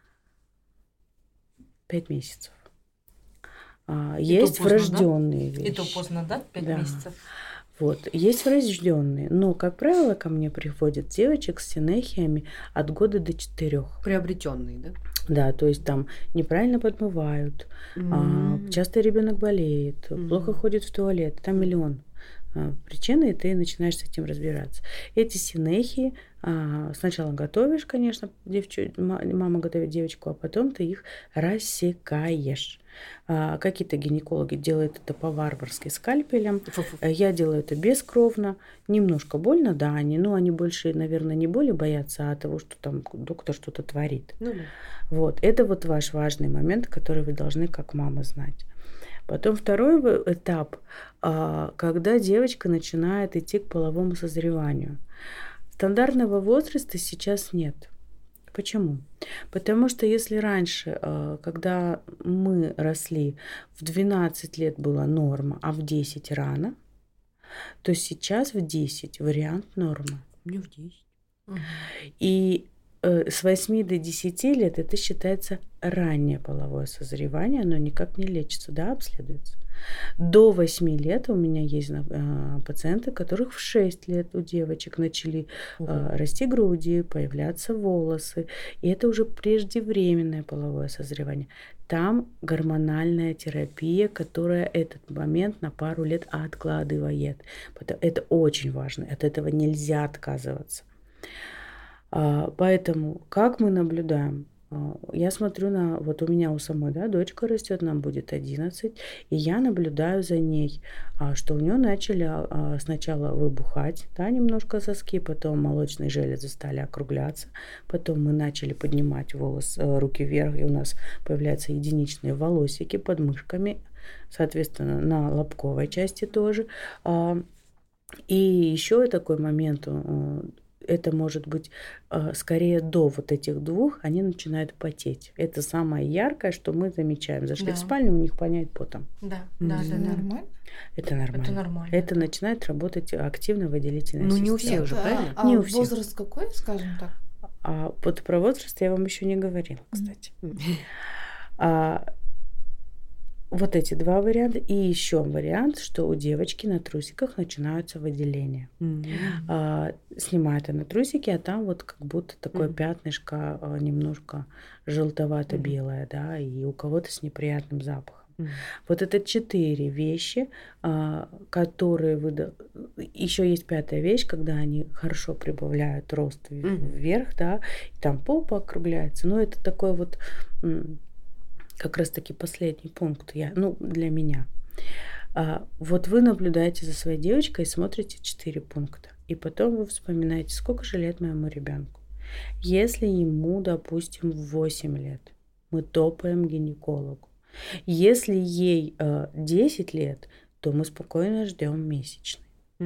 5 месяцев. Есть поздно, да? врожденные вещи. И то поздно, да? 5 Да. месяцев. Вот. Есть врожденные, но, как правило, ко мне приходят девочек с синехиями от года до 4. Приобретенные, да? Да, то есть там неправильно подмывают, часто ребенок болеет, плохо ходит в туалет, там миллион причин, и ты начинаешь с этим разбираться. Эти синехии сначала готовишь, конечно, мама готовит девочку, а потом ты их рассекаешь. Какие-то гинекологи делают это по-варварски скальпелем. Фу-фу. Я делаю это бескровно. Немножко больно, да, они больше, наверное, не боли боятся, а того, что там доктор что-то творит. Ну да. Вот, это вот ваш важный момент, который вы должны как мама знать. Потом второй этап, когда девочка начинает идти к половому созреванию. Стандартного возраста сейчас нет. Почему? Потому что если раньше, когда мы росли, в 12 лет была норма, а в 10 рано, то сейчас в 10 вариант нормы. Мне в 10. И с 8 до 10 лет это считается раннее половое созревание, оно никак не лечится, да, обследуется. До 8 лет у меня есть пациенты, которых в 6 лет у девочек начали расти груди, появляться волосы. И это уже преждевременное половое созревание. Там гормональная терапия, которая этот момент на пару лет откладывает. Это очень важно, от этого нельзя отказываться. Поэтому как мы наблюдаем? Я смотрю вот у меня у самой, да, дочка растет, нам будет 11, и я наблюдаю за ней, что у нее начали сначала выбухать, да, немножко соски, потом молочные железы стали округляться, потом мы начали поднимать руки вверх, и у нас появляются единичные волосики под мышками, соответственно, на лобковой части тоже. И еще такой момент, это может быть скорее до вот этих двух, они начинают потеть. Это самое яркое, что мы замечаем. Зашли в спальню, у них воняет потом. Да. Нормально? Это нормально. Это нормально. Это начинает работать активно выделительная Ну, система. не у всех же, правильно? Не у всех. Возраст какой, скажем так? Вот про возраст я вам еще не говорила, кстати. Вот эти два варианта. И еще вариант, что у девочки на трусиках начинаются выделения. Снимает она трусики, а там вот как будто такое пятнышко немножко желтовато-белое, да, и у кого-то с неприятным запахом. Вот это 4 вещи, которые Еще есть 5-я вещь, когда они хорошо прибавляют рост вверх, да, и там попа округляется. Но это такой вот как раз-таки последний пункт для меня. Вот вы наблюдаете за своей девочкой и смотрите 4 пункта. И потом вы вспоминаете, сколько же лет моему ребенку. Если ему, допустим, 8 лет, мы топаем к гинекологу. Если ей 10 лет, то мы спокойно ждем месячный.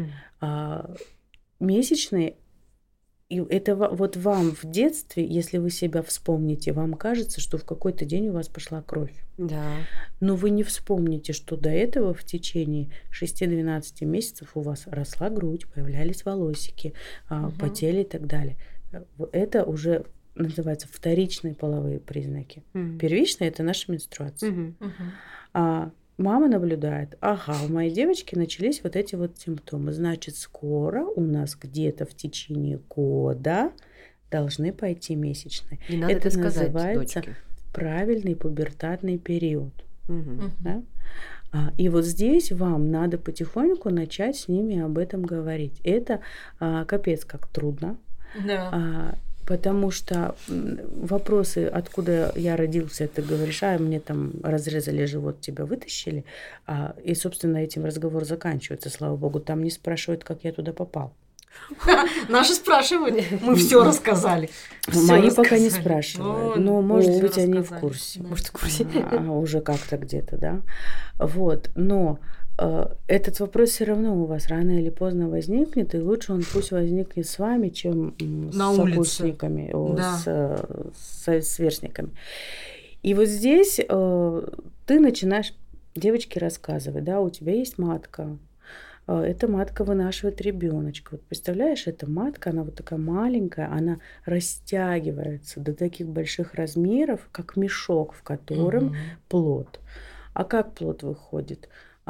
Месячный, и это вот вам в детстве, если вы себя вспомните, вам кажется, что в какой-то день у вас пошла кровь. Да. Но вы не вспомните, что до этого в течение 6-12 месяцев у вас росла грудь, появлялись волосики, потели и так далее. Это уже называется вторичные половые признаки. Первичные – это наша менструация. Мама наблюдает, у моей девочки начались вот эти вот симптомы. Значит, скоро у нас где-то в течение года должны пойти месячные. Это называется правильный пубертатный период. Да? И вот здесь вам надо потихоньку начать с ними об этом говорить. Это капец как трудно. Да. Потому что вопросы, откуда я родился, ты говоришь, мне там разрезали живот, тебя вытащили. И, собственно, этим разговор заканчивается, слава богу. Там не спрашивают, как я туда попал. Наши спрашивают, мы все рассказали. Мои пока не спрашивают, но, может быть, они в курсе. Может, в курсе. Уже как-то где-то, да. Вот, но этот вопрос все равно у вас рано или поздно возникнет, и лучше он пусть возникнет с вами, чем с сокурсниками, с сверстниками. И вот здесь ты начинаешь девочке рассказывать, да, у тебя есть матка, эта матка вынашивает ребеночка. Вот представляешь, эта матка, она вот такая маленькая, она растягивается до таких больших размеров, как мешок, в котором плод. А как плод выходит?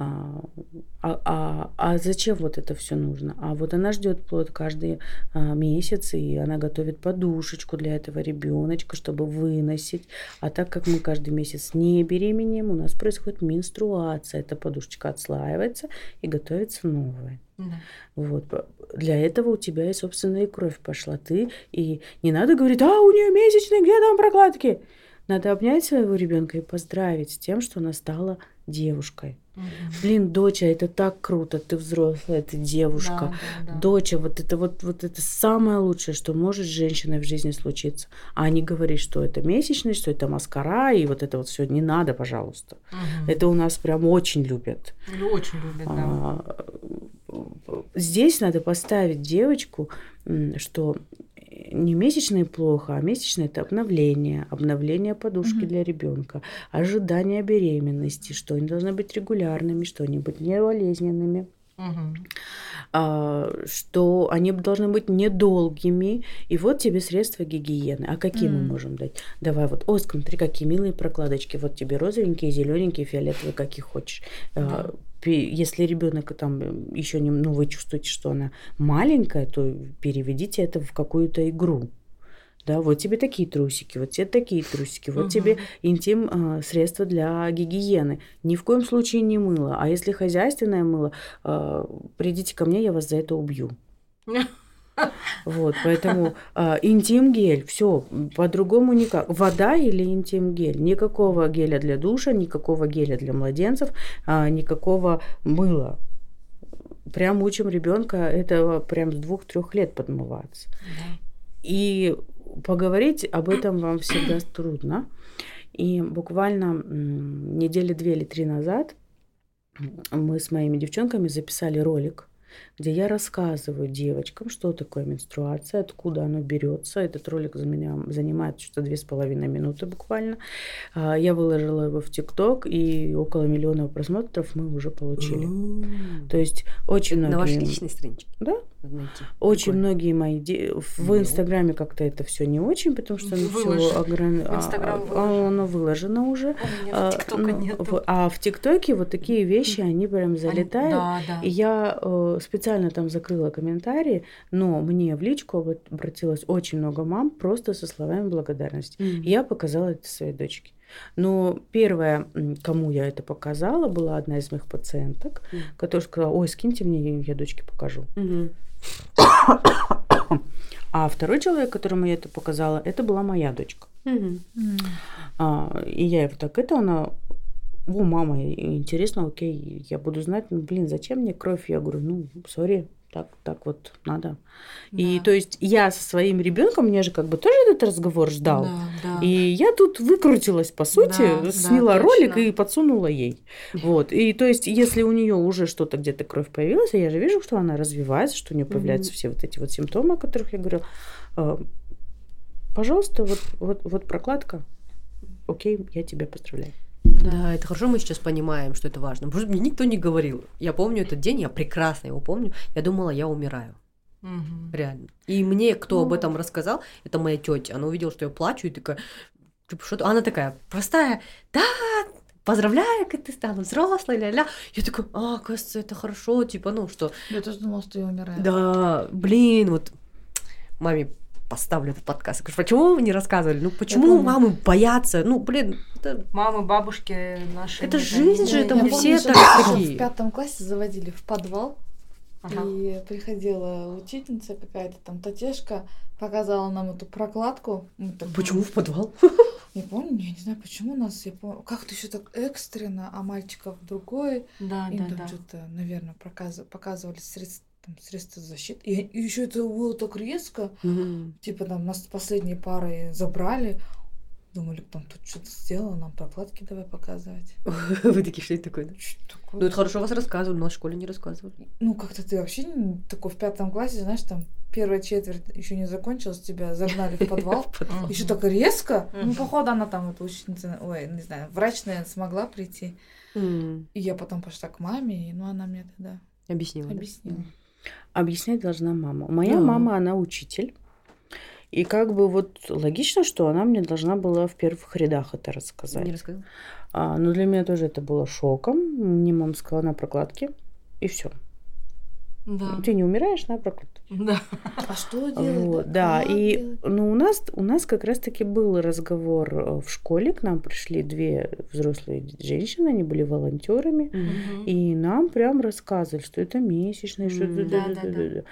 Зачем вот это все нужно? Вот она ждет плод каждый месяц, и она готовит подушечку для этого ребеночка, чтобы выносить. А так как мы каждый месяц не беременеем, у нас происходит менструация. Эта подушечка отслаивается и готовится новая. Вот. Для этого у тебя и, собственно, и кровь пошла. И не надо говорить, у нее месячные, где там прокладки? Надо обнять своего ребенка и поздравить с тем, что она стала девушкой. Блин, доча, это так круто, ты взрослая, ты девушка. Да. Доча, вот это самое лучшее, что может с женщиной в жизни случиться. А не говорить, что это месячный, что это маскара, и вот это вот все не надо, пожалуйста. Это у нас прям очень любят. Очень любят, да. Здесь надо поставить девочку, что не месячные плохо, а месячные – это обновление подушки для ребенка, ожидание беременности, что они должны быть регулярными, что они быть не что они должны быть недолгими. И вот тебе средства гигиены. А какие мы можем дать? Давай вот, смотри, какие милые прокладочки. Вот тебе розовенькие, зелененькие, фиолетовые, какие хочешь. Если ребенок там еще не, вы чувствуете, что она маленькая, то переведите это в какую-то игру. Да, вот тебе такие трусики, вот тебе такие трусики, вот тебе интим средства для гигиены. Ни в коем случае не мыло. А если хозяйственное мыло, придите ко мне, я вас за это убью. Вот, поэтому интим-гель, все, по-другому никак. Вода или интим-гель? Никакого геля для душа, никакого геля для младенцев, никакого мыла. Прям учим ребенка этого прям с 2-3 лет подмываться. И поговорить об этом вам всегда трудно. И буквально недели 2 или 3 назад мы с моими девчонками записали ролик, где я рассказываю девочкам, что такое менструация, откуда оно берется. Этот ролик занимает что-то 2,5 минуты буквально. Я выложила его в ТикТок, и около 1 миллиона просмотров мы уже получили. То есть очень многие... На вашей личной страничке? Да. Очень многие мои... В Инстаграме как-то это все не очень, потому что оно выложено уже. ТикТока нету. А в ТикТоке вот такие вещи, они прям залетают. И я специально там закрыла комментарии, но мне в личку обратилось очень много мам просто со словами благодарности. Я показала это своей дочке. Но первая, кому я это показала, была одна из моих пациенток, которая сказала: ой, скиньте мне, я дочке покажу. А второй человек, которому я это показала, это была моя дочка. И я его так, она... О, мама, интересно, окей, я буду знать, зачем мне кровь? Я говорю, сори, так вот надо. Да. И то есть я со своим ребенком, мне же как бы тоже этот разговор ждал. Да. И я тут выкрутилась, по сути, сняла ролик и подсунула ей. Вот. И то есть, если у нее уже что-то где-то кровь появилась, я же вижу, что она развивается, что у нее появляются все вот эти вот симптомы, о которых я говорила. Пожалуйста, вот прокладка. Окей, я тебя поздравляю. Да, это хорошо, мы сейчас понимаем, что это важно. Потому что мне никто не говорил. Я помню этот день, я прекрасно его помню. Я думала, я умираю. Реально. И мне кто об этом рассказал, это моя тетя. Она увидела, что я плачу, и такая, что-то... Она такая простая, да, поздравляю, как ты стала взрослой, ля-ля. Я такая, кажется, это хорошо, что... Я тоже думала, что я умираю. Да, вот маме поставлю этот подкаст. Я говорю, почему вы не рассказывали? Почему мамы боятся? Это... Мамы, бабушки наши. Это жизнь же, это мы все такие. В 5 классе заводили в подвал, и приходила учительница какая-то там, тетешка, показала нам эту прокладку. Почему в подвал? Не помню, я не знаю, почему у нас, как-то еще так экстренно, а мальчиков другой. Им там что-то, наверное, показывали средства защиты. И еще это было так резко. Там нас последней парой забрали. Думали, там тут что-то сделала, нам прокладки давай показывать. Вы такие, что это такое? Это хорошо вас рассказывали, но в школе не рассказывали. Как-то ты вообще такой в 5 классе, знаешь, там первая четверть еще не закончилась, тебя загнали в подвал. Еще так резко. Походу, она там, эта ученица, не знаю, врач, наверное, смогла прийти. И я потом пошла к маме, и она мне тогда объяснила. Объяснять должна мама. Моя мама, она учитель. И логично, что она мне должна была в первых рядах это рассказать. Не рассказала? Но для меня тоже это было шоком. Мне мама сказала на прокладке, и все. Да. Ты не умираешь на прокладке. Да. А что делать? Да, и у нас как раз-таки был разговор в школе. К нам пришли 2 взрослые женщины, они были волонтерами, и нам прям рассказывали, что это месячные, что это...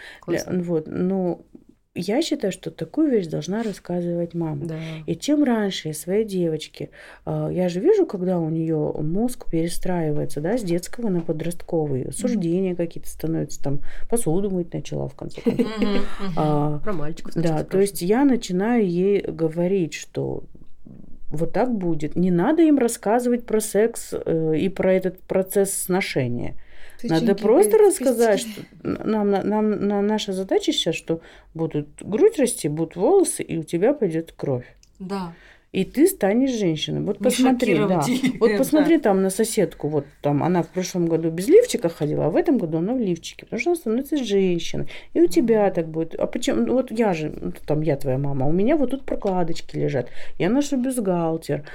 Я считаю, что такую вещь должна рассказывать мама. Да. И чем раньше я своей девочке, я же вижу, когда у нее мозг перестраивается, с детского на подростковый, суждения какие-то становятся, там посуду мыть начала в конце концов. Про мальчиков. Да, то есть я начинаю ей говорить, что вот так будет. Не надо им рассказывать про секс и про этот процесс сношения. Надо просто рассказать, что наша задача сейчас, что будут грудь расти, будут волосы, и у тебя пойдет кровь. Да. И ты станешь женщиной. Вот посмотри, посмотри там на соседку. Там она в прошлом году без лифчика ходила, а в этом году она в лифчике, потому что она становится женщиной. И у тебя так будет. А почему? Я твоя мама, у меня тут прокладочки лежат. Я ношу бюстгальтер.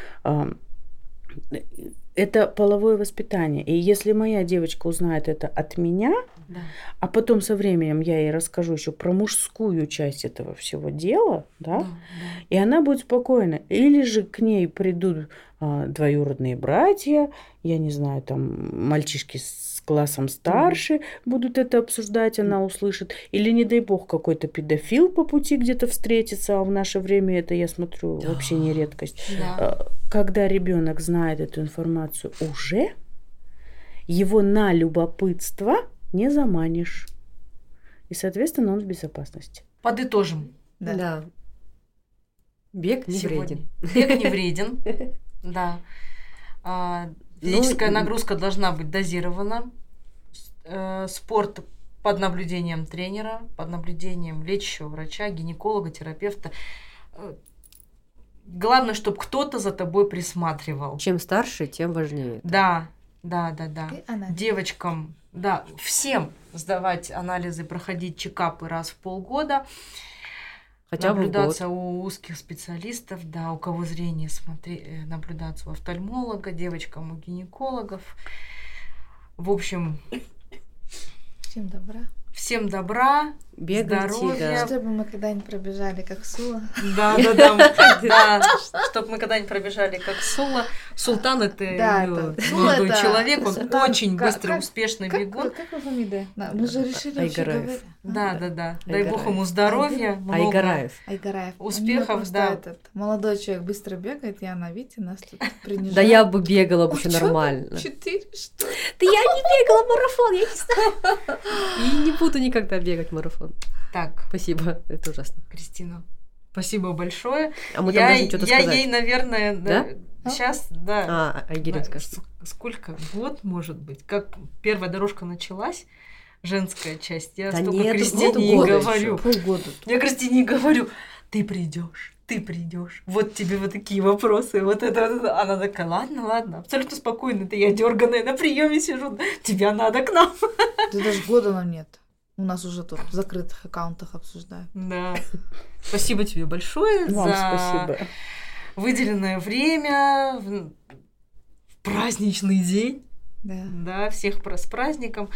Это половое воспитание. И если моя девочка узнает это от меня, а потом со временем я ей расскажу еще про мужскую часть этого всего дела, и она будет спокойна. Или же к ней придут двоюродные братья, я не знаю, там мальчишки с классом старше будут это обсуждать, она услышит. Или, не дай бог, какой-то педофил по пути где-то встретится, а в наше время это, я смотрю, вообще не редкость. Когда ребенок знает эту информацию уже, его на любопытство не заманишь. И, соответственно, он в безопасности. Подытожим. Да. Бег не вреден. Бег не вреден. Да. Физическая нагрузка должна быть дозирована. Спорт под наблюдением тренера, под наблюдением лечащего врача, гинеколога, терапевта. Главное, чтобы кто-то за тобой присматривал. Чем старше, тем важнее. Да. И анализ. Девочкам, да, всем сдавать анализы, проходить чекапы раз в полгода. Хотя бы в год. Наблюдаться у узких специалистов, да, у кого зрение, наблюдаться у офтальмолога, девочкам у гинекологов. В общем, Всем добра. всем добра, Бегайте, здоровья. да. Чтобы мы когда-нибудь пробежали, как Сула. Да, чтобы мы когда-нибудь пробежали как Сула. Султан — это Да, её это- Сула молодой это- человек, он Султан, очень как- быстрый, как- успешный Как бегун. его фамилия? Мы же решили вообще Айгараев. говорить. Да. Дай бог Айгараев. ему здоровья, много Айгараев. Айгараев. успехов, У него просто да. этот молодой человек быстро бегает, Яна, видите, нас тут принижает. Да я бы бегала бы Ой, вообще чё там? нормально. 4, что ли? Да я не бегала марафон, я не знаю. И не буду никогда бегать марафон. Так, Спасибо, это ужасно. Кристина, спасибо большое. А мы там должны что-то я сказать. ей, наверное, Да? сейчас, да. Айгерим скажет. Сколько? Год, может быть? Как первая дорожка началась, женская часть, я Да столько нет, Кристине и полгода говорю. ещё, полгода. Я Кристине и говорю, ты придешь. Вот тебе вот такие вопросы, вот это. Она такая, ладно, абсолютно спокойно. Это я дерганая на приеме сижу. Тебя надо к нам. Да даже года нам нет. У нас уже тут в закрытых аккаунтах обсуждают. Да. Спасибо тебе большое Вам за спасибо. выделенное время в праздничный день. Да. Да, всех с праздником.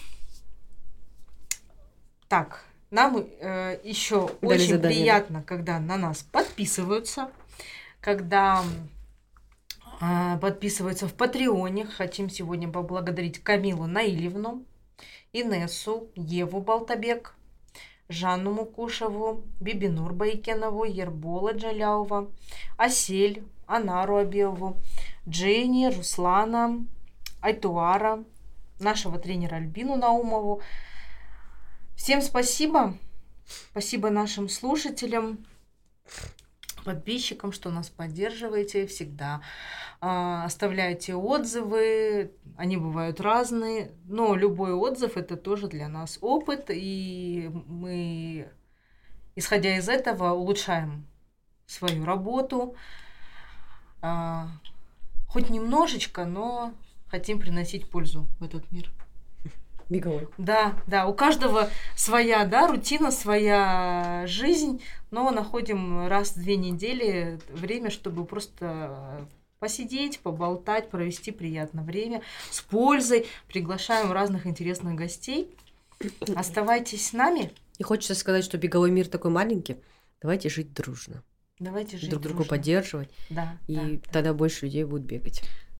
Так, нам еще Дали очень задание. приятно, когда на нас подписываются, когда подписываются в Патреоне. Хотим сегодня поблагодарить Камилу Наилевну, Инессу, Еву Балтабек, Жанну Мукушеву, Бибинур Байкенову, Ербола Джаляува, Асель, Анару Абеву, Дженни, Руслана, Айтуара, нашего тренера Альбину Наумову. Всем спасибо. Спасибо нашим слушателям, подписчикам, что нас поддерживаете всегда. Оставляйте отзывы, они бывают разные, но любой отзыв — это тоже для нас опыт, и мы, исходя из этого, улучшаем свою работу. Хоть немножечко, но хотим приносить пользу в этот мир. Беговой. Да, у каждого своя, да, рутина, своя жизнь, но находим раз в 2 недели время, чтобы просто посидеть, поболтать, провести приятное время с пользой. Приглашаем разных интересных гостей. Оставайтесь с нами. И хочется сказать, что беговой мир такой маленький. Давайте жить дружно. Давайте жить Друг друга дружно. поддерживать. Да, И да. тогда больше людей будут бегать.